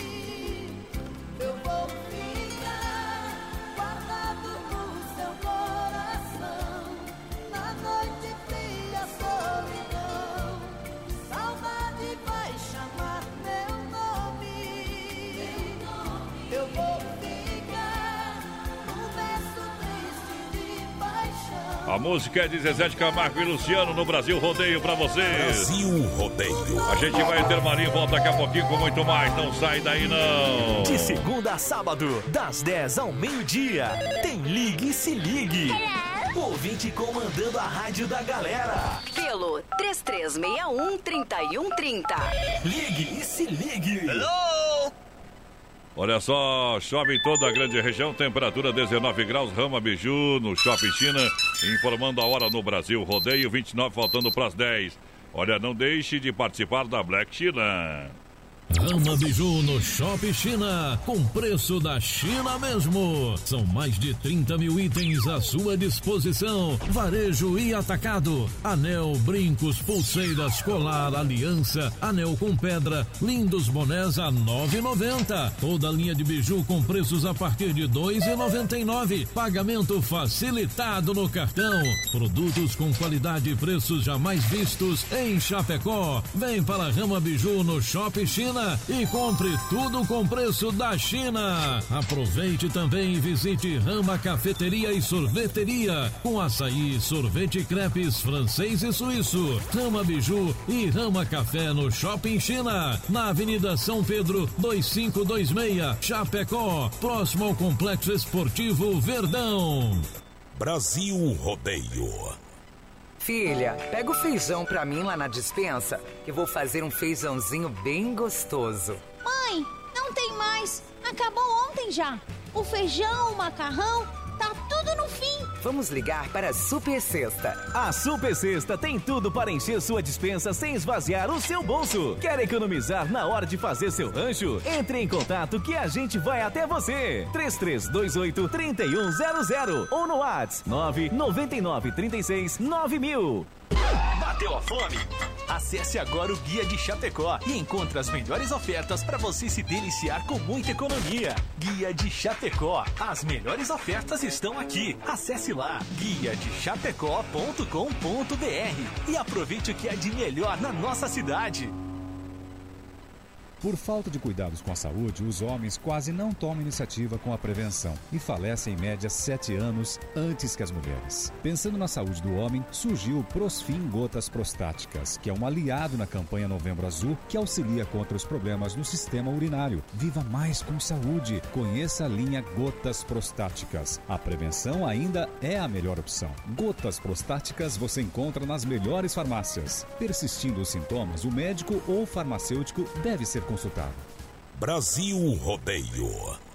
Eu vou ficar guardado no seu coração, na noite fria, solidão. Saudade vai chamar meu nome. Eu vou ficar num verso triste de paixão. A música é de Zezé de Camargo e Luciano no Brasil Rodeio pra vocês. Brasil Rodeio. A gente vai intervalar e volta daqui a pouquinho com muito mais. Não sai daí, não. De segunda a sábado, das dez ao meio-dia, tem Ligue e Se Ligue. Ouvinte comandando a rádio da galera. Pelo três três seis um, três um três zero. Ligue e Se Ligue. Hello! Olha só, chove em toda a grande região, temperatura dezenove graus, Rama Biju, no Shopping China, informando a hora no Brasil Rodeio, vinte e nove faltando para as dez. Olha, não deixe de participar da Black China. Rama Biju no Shopping China, com preço da China mesmo. São mais de trinta mil itens à sua disposição. Varejo e atacado. Anel, brincos, pulseiras, colar, aliança, anel com pedra, lindos bonés a nove reais e noventa centavos. Toda linha de biju com preços a partir de dois reais e noventa e nove centavos. Pagamento facilitado no cartão. Produtos com qualidade e preços jamais vistos em Chapecó. Vem para a Rama Biju no Shopping China e compre tudo com preço da China. Aproveite também e visite Rama Cafeteria e Sorveteria, com açaí, sorvete, crepes francês e suíço. Rama Biju e Rama Café no Shopping China, na Avenida São Pedro dois cinco dois seis, Chapecó, próximo ao Complexo Esportivo Verdão. Brasil Rodeio. Filha, pega o feijão pra mim lá na despensa, que vou fazer um feijãozinho bem gostoso. Mãe, não tem mais. Acabou ontem já. O feijão, o macarrão, tá tudo no fim. Vamos ligar para a Super Sexta. A Super Sexta tem tudo para encher sua despensa sem esvaziar o seu bolso. Quer economizar na hora de fazer seu rancho? Entre em contato que a gente vai até você. três três dois oito, três um zero zero ou no WhatsApp nove nove nove, três seis, nove mil. Bateu a fome? Acesse agora o Guia de Chapecó e encontre as melhores ofertas para você se deliciar com muita economia. Guia de Chapecó. As melhores ofertas estão aqui. Acesse lá guia de chapecó ponto com ponto br e aproveite o que há de melhor na nossa cidade. Por falta de cuidados com a saúde, os homens quase não tomam iniciativa com a prevenção e falecem em média sete anos antes que as mulheres. Pensando na saúde do homem, surgiu o Prosfin Gotas Prostáticas, que é um aliado na campanha Novembro Azul, que auxilia contra os problemas no sistema urinário. Viva mais com saúde! Conheça a linha Gotas Prostáticas. A prevenção ainda é a melhor opção. Gotas Prostáticas você encontra nas melhores farmácias. Persistindo os sintomas, o médico ou farmacêutico deve ser consultado. Brasil Rodeio.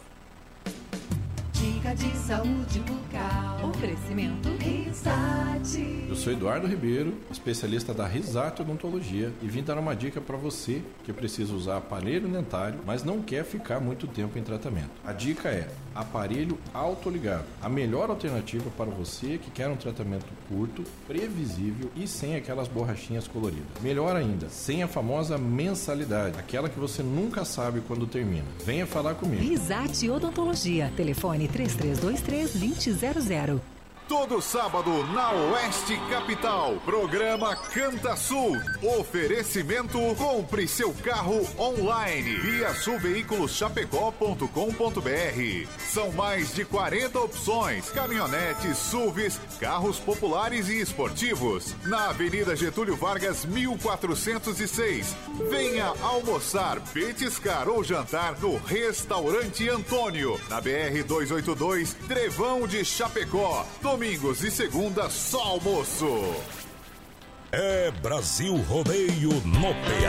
Dica de saúde bucal. Oferecimento Risate. Eu sou Eduardo Ribeiro, especialista da Risate Odontologia, e vim dar uma dica para você que precisa usar aparelho dentário, mas não quer ficar muito tempo em tratamento. A dica é aparelho autoligado, a melhor alternativa para você que quer um tratamento curto, previsível e sem aquelas borrachinhas coloridas. Melhor ainda, sem a famosa mensalidade, aquela que você nunca sabe quando termina. Venha falar comigo. Risate Odontologia. Telefone três três dois três, dois zero zero zero. Todo sábado na Oeste Capital, programa Canta Sul. Oferecimento: compre seu carro online via sul veículos chapecó ponto com ponto br. São mais de quarenta opções: caminhonetes, S U Vs, carros populares e esportivos. Na Avenida Getúlio Vargas, mil quatrocentos e seis. Venha almoçar, petiscar ou jantar no Restaurante Antônio, na B R duzentos e oitenta e dois, Trevão de Chapecó. Domingos e segunda, só almoço. É Brasil Rodeio no P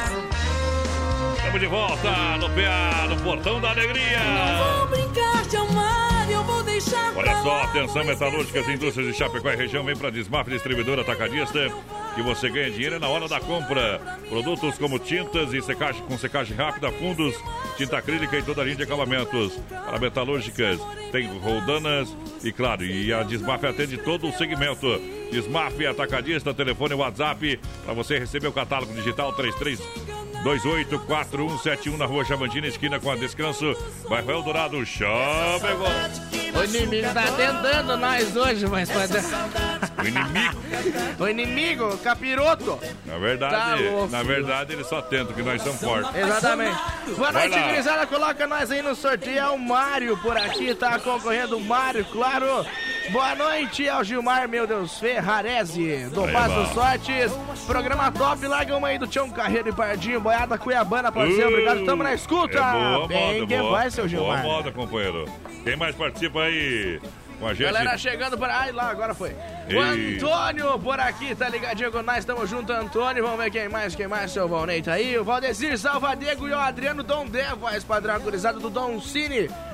A. Estamos de volta no P A, no Portão da Alegria. Não vou brincar de amar, eu vou deixar. Olha só, atenção, metalúrgicas, indústrias de Chapecó e região, vem para Desmaf, distribuidora atacadista, que você ganha dinheiro na hora da compra. Produtos como tintas e secagem com secagem rápida, fundos, tinta acrílica e toda a linha de acabamentos. Para metalúrgicas, tem roldanas e, claro, e a Desmaf atende todo o segmento. Desmaf atacadista, telefone WhatsApp para você receber o catálogo digital três três dois oito quatro um sete um na Rua Chavantina, esquina com a Descanso, bairro Eldorado, Chapecó. O inimigo tá tentando nós hoje, mas pode... O inimigo? O inimigo, capiroto. Na verdade, Tá na verdade, ele só tenta, que nós somos fortes. Exatamente. Boa Vai noite, lá. gurizada. Coloca nós aí no sorteio. É o Mário por aqui, tá concorrendo o Mário, claro. Boa noite ao Gilmar, meu Deus, Ferrarese, do Aí, Passo vai. Sortes. Programa top, larga uma aí do Tião Carreiro e Pardinho, Boiada Cuiabana, parceiro. Uh, Obrigado, tamo na escuta. É boa Bem moda, que boa, vai, seu Gilmar. Boa moda, companheiro. Quem mais participa aí com a gente? Galera chegando por aí, lá, agora foi. Ei. O Antônio por aqui, tá ligadinho com nós, tamo junto, Antônio. Vamos ver quem mais, quem mais, seu Valnei tá aí. O Valdecir Salvadego e o Adriano Dom Devo, a esquadrão autorizada do Dom Cine.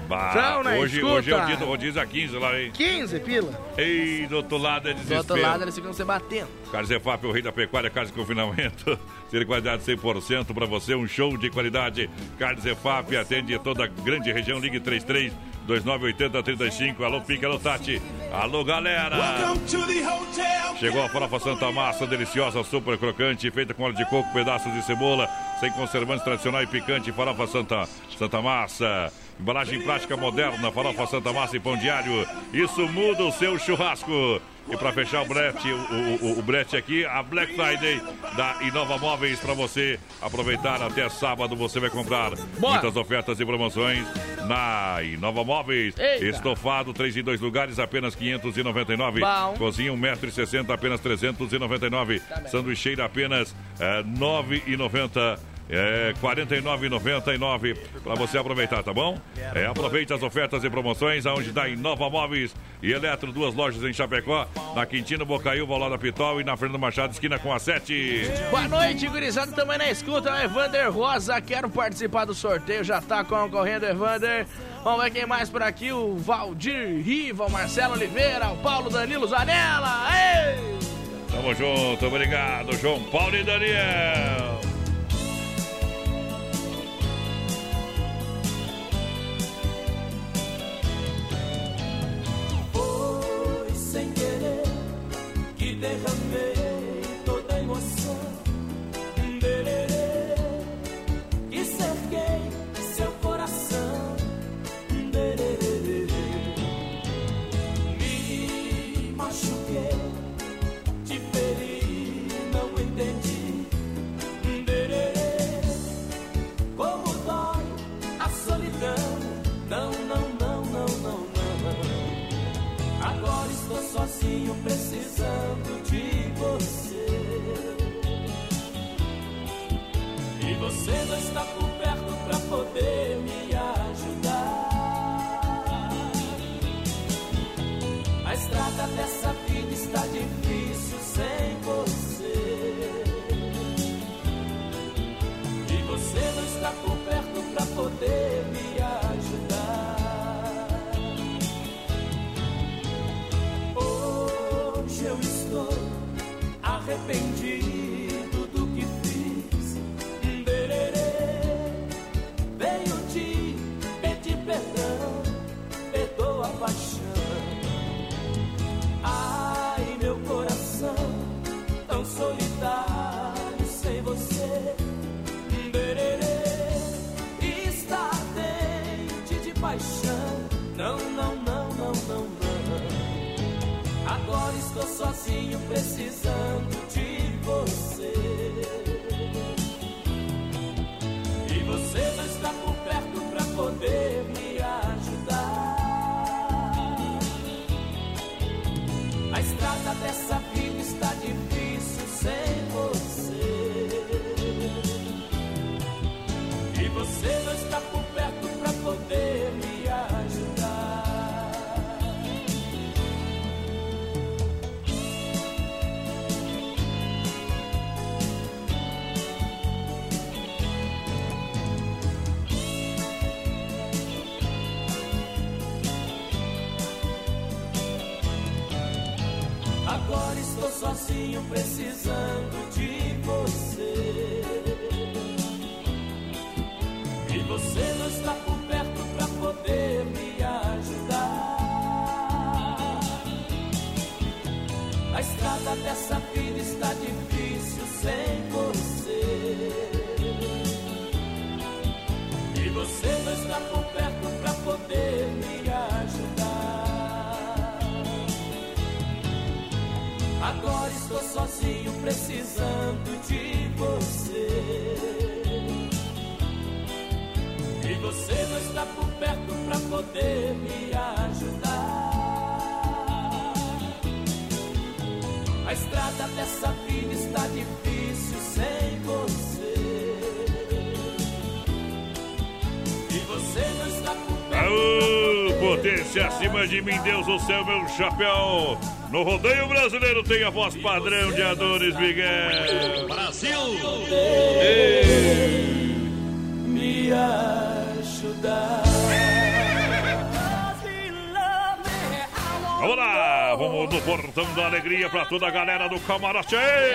Bah, Tão na hoje, escuta. hoje é o dia do rodízio a quinze lá, hein? quinze pila. Ei, do outro lado é Do desespero. outro lado eles ficam se batendo. Carnes E F A P, o rei da pecuária, carnes de confinamento. Ser qualidade cem por cento para você, um show de qualidade. Carnes E F A P atende toda a grande região. Ligue trinta e três, vinte e nove, oitenta, trinta e cinco. Alô, Pica, alô, Tati. Alô, galera. Chegou a farofa Santa Massa, deliciosa, super crocante, feita com óleo de coco, pedaços de cebola, sem conservantes, tradicional e picante. Farofa Santa, Santa Massa. Embalagem plástica moderna, farofa Santa Massa e pão diário. Isso muda o seu churrasco. E para fechar o brete, o, o, o brete aqui, a Black Friday da Inova Móveis para você aproveitar até sábado. Você vai comprar Boa. muitas ofertas e promoções na Inova Móveis. Eita. Estofado, três em dois lugares, apenas quinhentos e noventa e nove. Bom. Cozinha, um metro e sessenta, apenas trezentos e noventa e nove. Tá Sanduicheira, apenas é, nove reais e noventa centavos. É quarenta e nove reais e noventa e nove centavos para você aproveitar, tá bom? É, aproveite as ofertas e promoções aonde dá Inova Móveis e Eletro, duas lojas em Chapecó, na Quintino Bocaiúva, ao lado da Pitol e na Fernando Machado, esquina com a sete. Boa noite, gurizada, também na escuta, o Evander Rosa, quero participar do sorteio, já tá concorrendo, Evander. Vamos ver quem mais por aqui, o Valdir Riva, o Marcelo Oliveira, o Paulo Danilo Zanella. Ei! Tamo junto, obrigado, João Paulo e Daniel. Sem querer, que derramei toda a emoção. Dererê, que cerquei seu coração. Dererê, me machuquei, te feri, não entendi. Dererê, como dói a solidão. Não, não, não, não, não, não. Agora estou sozinho, precisando de você. E você não está por perto pra poder me ajudar. A estrada dessa vida está difícil sem você. E você não está por perto pra poder me ajudar. Eu estou arrependido do que fiz. Dererê, venho te pedir perdão, perdoa a paixão. Ai, meu coração, tão solitário sem você. Dererê, está ardente de paixão. Não, não, não, não, não, não. Agora estou sozinho, precisando de você. E você não está por perto pra poder me ajudar. A estrada dessa vida está difícil sem você. E você não está por perto pra poder me ajudar. Agora estou sozinho, precisando de você. E você não está por perto pra poder me ajudar. A estrada dessa vida está difícil sem você. E você não está por perto pra poder me ajudar. Agora estou sozinho, precisando de você. E você não está por perto pra poder me ajudar. A estrada dessa vida está difícil sem você. E você não está por perto. Aô, potência acima de mim, Deus, o céu, meu chapéu. No rodeio brasileiro tem a voz padrão de Adonis Miguel. Brasil! Ei. Me ajudar. Vamos lá, vamos no Portão da Alegria pra toda a galera do Camarote.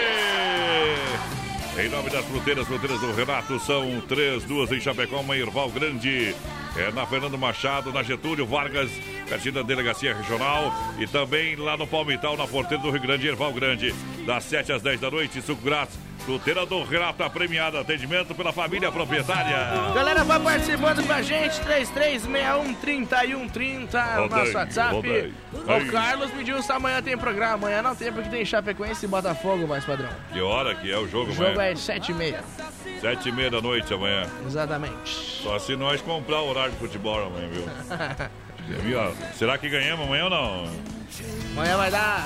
Em nome das fruteiras, fruteiras do Renato, são três, duas em Chapecó, uma em Erval Grande. É na Fernando Machado, na Getúlio Vargas, pertinho da Delegacia Regional. E também lá no Palmital, na Porteira do Rio Grande, Erval Grande. Das sete às dez da noite, suco grátis. Fruteira do Renato, a premiada. Atendimento pela família proprietária. Galera, vai participando com a gente. três três seis um, três um três zero, o nosso WhatsApp. Rodei. O Carlos pediu se amanhã tem programa. Amanhã não tem, porque tem Chapecoense e Botafogo, mais padrão. Que hora que é o jogo O amanhã? jogo é sete e meia. Sete e meia da noite amanhã. Exatamente. Só se nós comprar o horário de futebol amanhã, viu? Viu? Será que ganhamos amanhã ou não? Amanhã vai dar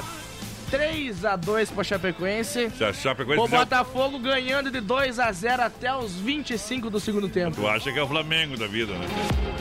três a dois pro Chapecoense. Se a Chapecoense O fizer- Botafogo ganhando de dois a zero até os vinte e cinco do segundo tempo. Tu acha que é o Flamengo da vida, né?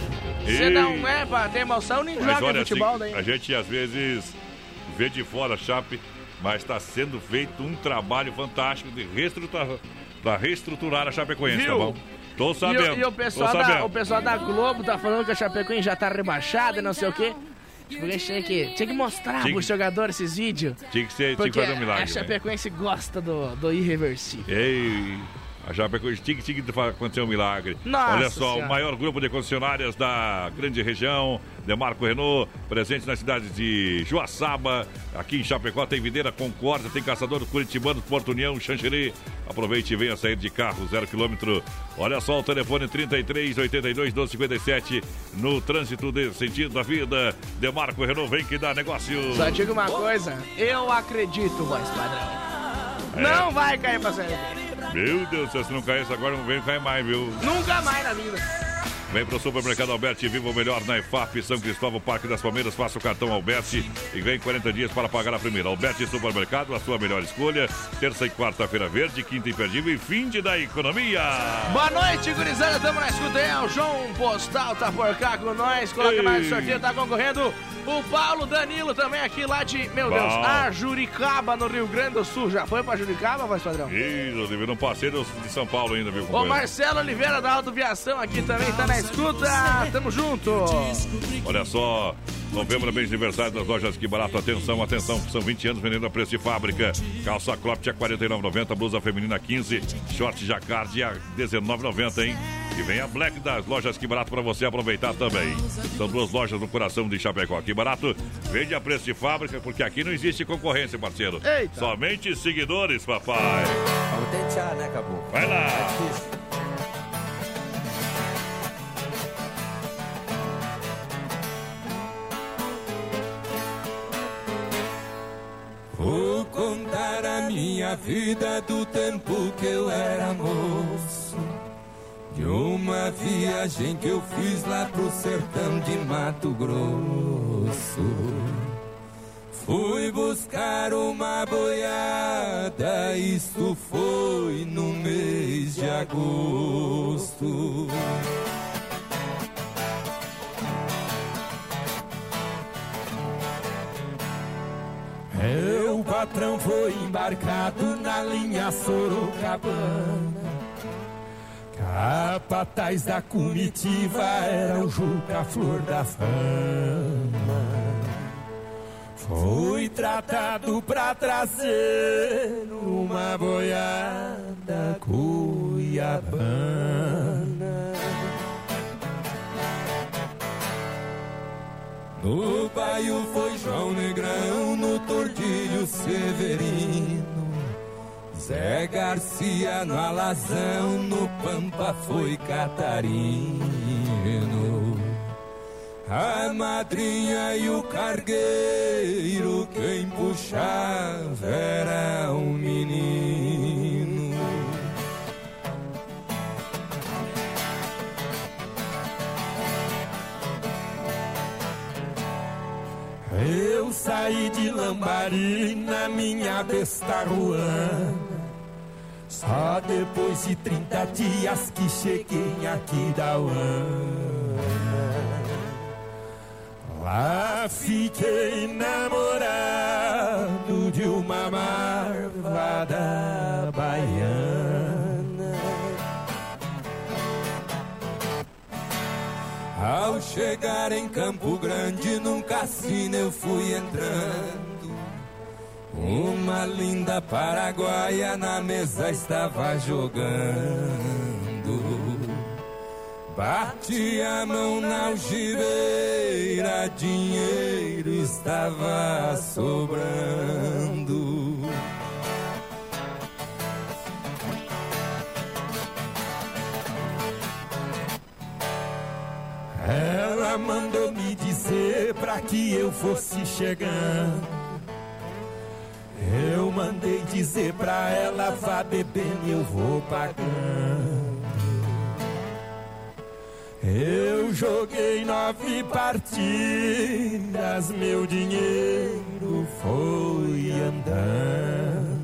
Se E- não é pra ter emoção, nem Mas joga olha, futebol assim, daí. a gente às vezes vê de fora a Chape, mas está sendo feito um trabalho fantástico de reestruturar, pra reestruturar a Chapecoense, Viu? tá bom? Tô sabendo. E, o- e o, pessoal tô da, sabendo. o pessoal da Globo tá falando que a Chapecoense já tá rebaixada e não sei o quê. Tipo, a gente tinha que, tinha que mostrar Tinha pros que- jogadores esses vídeos. Tinha que, ser, tinha que Porque fazer um milagre. a né? Chapecoense gosta do, do irreversível. Ei, a Chapecoense tinha que, tinha que acontecer um milagre. Nossa Olha só, Senhora. o maior grupo de concessionárias da grande região, Demarco Renault, presente nas cidades de Joaçaba, aqui em Chapecó tem Videira, Concórdia, tem Caçador, Curitibano, Porto União, Xanxerê. Aproveite e venha sair de carro, zero quilômetro. Olha só, o telefone trinta e três, oitenta e dois, doze, cinquenta e sete, no trânsito de sentido da vida. Demarco Renault, vem que dá negócio. Só digo uma coisa, eu acredito, voz padrão. É. Não vai cair pra série B. Meu Deus, se não cair essa agora, não vem cair mais, viu? Nunca mais na vida. Vem pro Supermercado Alberti e viva o melhor na E F A P, São Cristóvão, Parque das Palmeiras. Faça o cartão Alberti e ganhe quarenta dias para pagar a primeira. Alberti Supermercado, a sua melhor escolha. Terça e quarta-feira verde, quinta imperdível e fim de da economia. Boa noite, gurizada. Tamo na escuta aí. O João Postal tá por cá com nós. Coloca mais no sorteio, tá concorrendo. O Paulo Danilo também aqui lá de, meu Bom. Deus, a Juricaba, no Rio Grande do Sul. Já foi pra Juricaba, voz padrão? Isso, Oliveira, não passei de São Paulo ainda, viu, O companheiro? Marcelo Oliveira da Autoviação aqui também tá na escuta. Tamo junto. Olha só, novembro é mês de aniversário das lojas Que Barato. Atenção, atenção, são vinte anos vendendo a preço de fábrica. Calça cropped a quarenta e nove reais e noventa centavos, blusa feminina quinze, short jacquard a dezenove reais e noventa centavos, hein? E vem a Black das lojas Que Barato para você aproveitar também. São duas lojas no coração de Chapecó. Que Barato vende a preço de fábrica, porque aqui não existe concorrência, parceiro. Eita. Somente seguidores, papai. Vamos tentar, né, Caboclo? Vai lá. É difícil. Vou contar a minha vida do tempo que eu era moço, de uma viagem que eu fiz lá pro sertão de Mato Grosso. Fui buscar uma boiada, isso foi no mês de agosto. Meu patrão foi embarcado na linha Sorocabana. Capataz da comitiva era o Juca Flor da Fama. Foi tratado pra trazer uma boiada cuiabana. No baio foi João Negrão, no Tordilho Severino, Zé Garcia no Alazão, no Pampa foi Catarino. A madrinha e o cargueiro, quem puxava era um menino. Eu saí de Lambari na minha besta ruana, só depois de trinta dias que cheguei aqui da Uana. Lá fiquei namorado de uma marvada baiana. Ao chegar em Campo Grande, num cassino eu fui entrando. Uma linda paraguaia na mesa estava jogando. Bati a mão na algibeira, dinheiro estava sobrando. Ela mandou me dizer pra que eu fosse chegando. Eu mandei dizer pra ela, vá bebendo e eu vou pagando. Eu joguei nove partidas, meu dinheiro foi andando.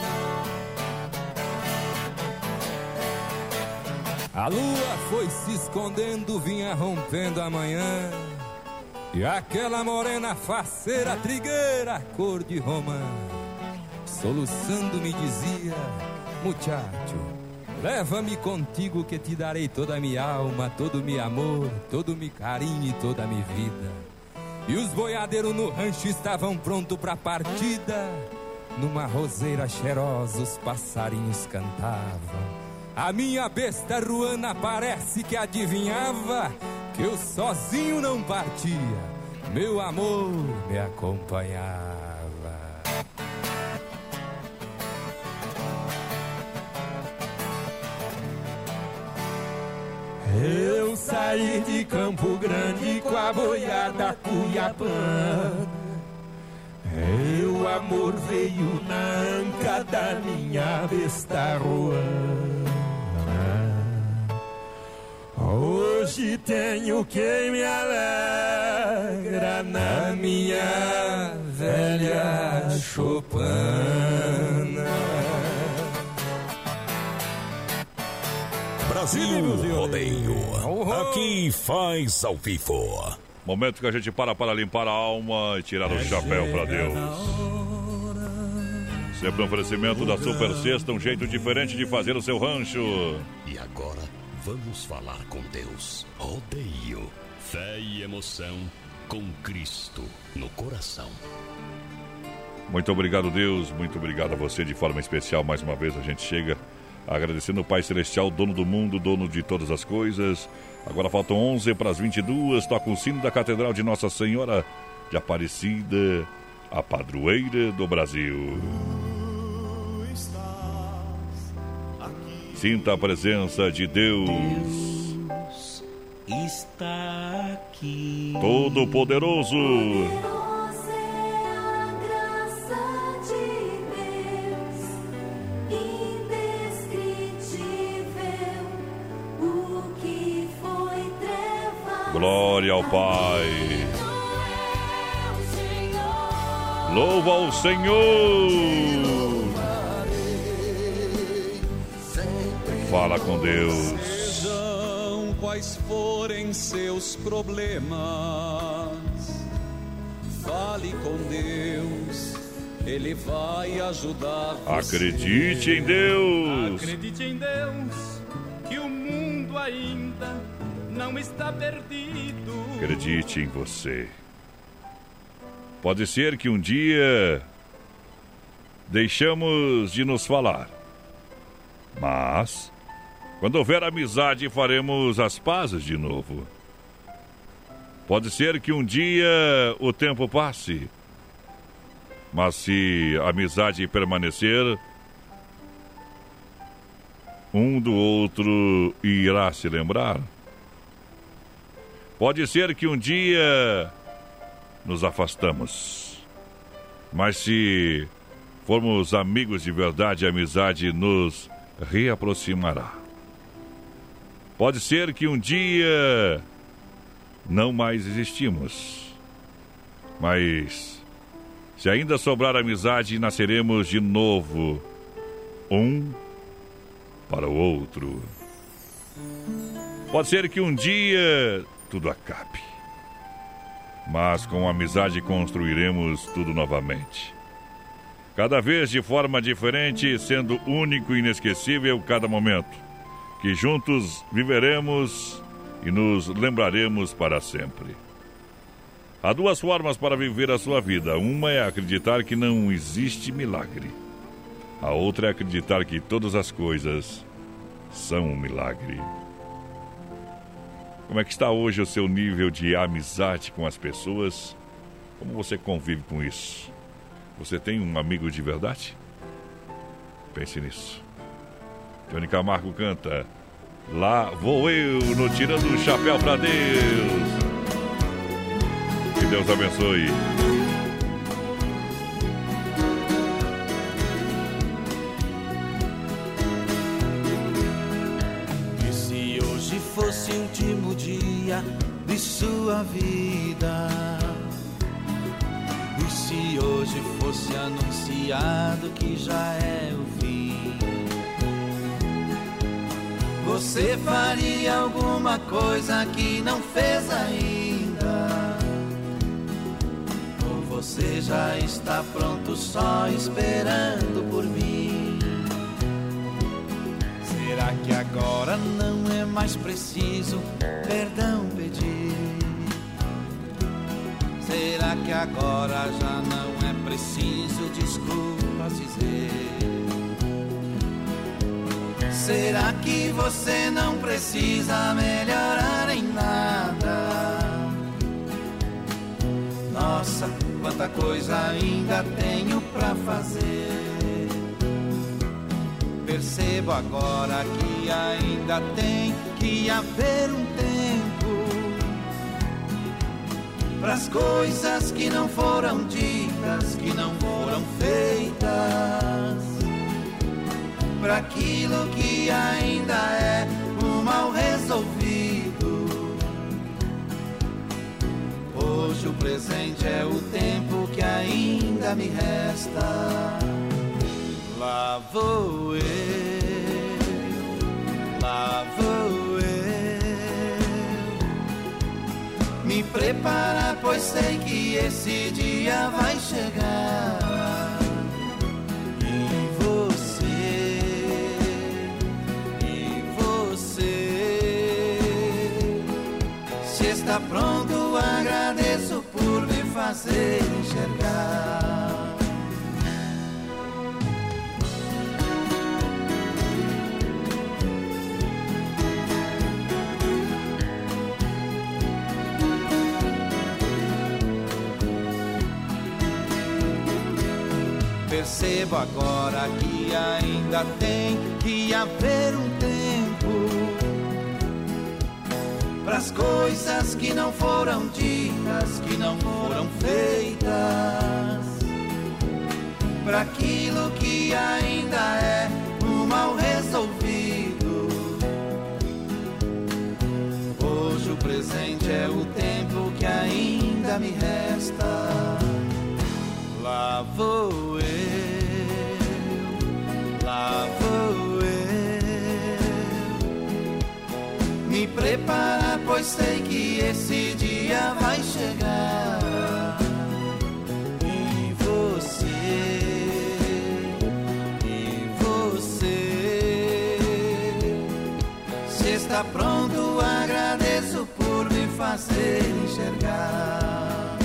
A lua foi se escondendo, vinha rompendo a manhã. E aquela morena faceira, trigueira, cor de romã, soluçando me dizia, muchacho, leva-me contigo que te darei toda a minha alma, todo o meu amor, todo o meu carinho e toda a minha vida. E os boiadeiros no rancho estavam prontos pra partida. Numa roseira cheirosa os passarinhos cantavam. A minha besta ruana parece que adivinhava que eu sozinho não partia, meu amor me acompanhava. Eu saí de Campo Grande com a boiada cuiabana. Meu amor veio na anca da minha besta ruana. Hoje tenho quem me alegra na minha velha choupana. Brasil Rodeio, aqui faz ao vivo. Momento que a gente para para limpar a alma e tirar o chapéu para Deus. Sempre um oferecimento da Super Sexta, um jeito diferente de fazer o seu rancho. E agora vamos falar com Deus. Rodeio, fé e emoção com Cristo no coração. Muito obrigado, Deus. Muito obrigado a você de forma especial. Mais uma vez a gente chega agradecendo o Pai Celestial, dono do mundo, dono de todas as coisas. Agora faltam onze para as vinte e duas. Toca o sino da Catedral de Nossa Senhora de Aparecida, a padroeira do Brasil. Sinta a presença de Deus. Deus está aqui. Todo-Poderoso. Glória ao Pai. Louva ao Senhor. Fala com Deus. Sejam quais forem seus problemas, fale com Deus, Ele vai ajudar você. Acredite em Deus. Acredite em Deus, que o mundo ainda não está perdido. Acredite em você. Pode ser que um dia deixamos de nos falar, mas quando houver amizade faremos as pazes de novo. Pode ser que um dia o tempo passe, mas se a amizade permanecer, um do outro irá se lembrar. Pode ser que um dia nos afastamos, mas se formos amigos de verdade, a amizade nos reaproximará. Pode ser que um dia não mais existimos, mas se ainda sobrar amizade, nasceremos de novo, um para o outro. Pode ser que um dia tudo acabe, mas com a amizade construiremos tudo novamente. Cada vez de forma diferente, sendo único e inesquecível cada momento, que juntos viveremos e nos lembraremos para sempre. Há duas formas para viver a sua vida. Uma é acreditar que não existe milagre. A outra é acreditar que todas as coisas são um milagre. Como é que está hoje o seu nível de amizade com as pessoas? Como você convive com isso? Você tem um amigo de verdade? Pense nisso. Johnny Camargo canta Lá Vou Eu, no Tirando o Chapéu pra Deus. Que Deus abençoe. E se hoje fosse o último dia de sua vida? E se hoje fosse anunciado que já é o fim? Você faria alguma coisa que não fez ainda? Ou você já está pronto só esperando por mim? Será que agora não é mais preciso perdão pedir? Será que agora já não é preciso desculpas dizer? Será que você não precisa melhorar em nada? Nossa, quanta coisa ainda tenho pra fazer. Percebo agora que ainda tem que haver um tempo pras coisas que não foram ditas, que não foram feitas, pra aquilo que ainda é um mal resolvido. Hoje o presente é o tempo que ainda me resta. Lá vou eu, lá vou eu me preparar, pois sei que esse dia vai chegar. E você, e você, se está pronto, agradeço por me fazer enxergar. Percebo agora que ainda tem que haver um tempo pras coisas que não foram ditas, que não foram feitas, pra aquilo que ainda é um mal resolvido. Hoje o presente é o tempo que ainda me resta. Lá vou eu, lá vou eu me preparar, pois sei que esse dia vai chegar. E você, e você, se está pronto, agradeço por me fazer enxergar.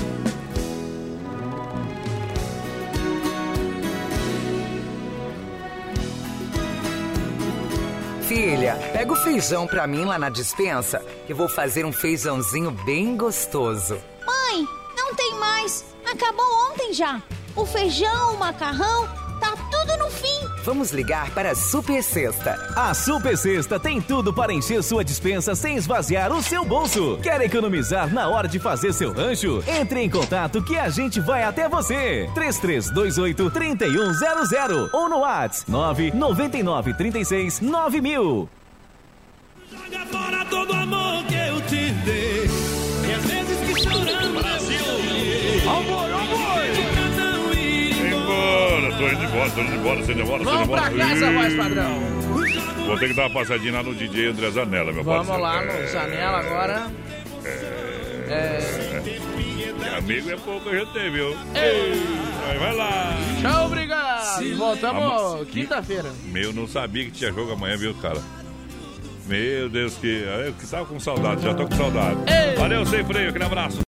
Filha, pega o feijão pra mim lá na despensa, que eu vou fazer um feijãozinho bem gostoso. Mãe, não tem mais. Acabou ontem já. O feijão, o macarrão, tá tudo no fim. Vamos ligar para a Super Sexta. A Super Sexta tem tudo para encher sua despensa sem esvaziar o seu bolso. Quer economizar na hora de fazer seu rancho? Entre em contato que a gente vai até você. três três dois oito, três um zero zero ou no WhatsApp nove nove nove três seis nove mil. Joga fora todo o amor que eu te dei. E às vezes que chorando Brasil. Amor, amor. Embora, tô indo embora, tô indo embora, sem demora, sem demora. Vamos pra casa, voz padrão. Vou ter que dar uma passadinha lá no D J André Zanella, meu Vamos parceiro. lá no é... Zanella agora. É... é... é... Amigo é pouco a gente tem, viu? Ei. Aí vai lá. Tchau, obrigado. Voltamos Ama... quinta-feira. Meu, não sabia que tinha jogo amanhã, viu, cara? Meu Deus, que eu que tava com saudade, já tô com saudade. Valeu, sem freio, aquele abraço.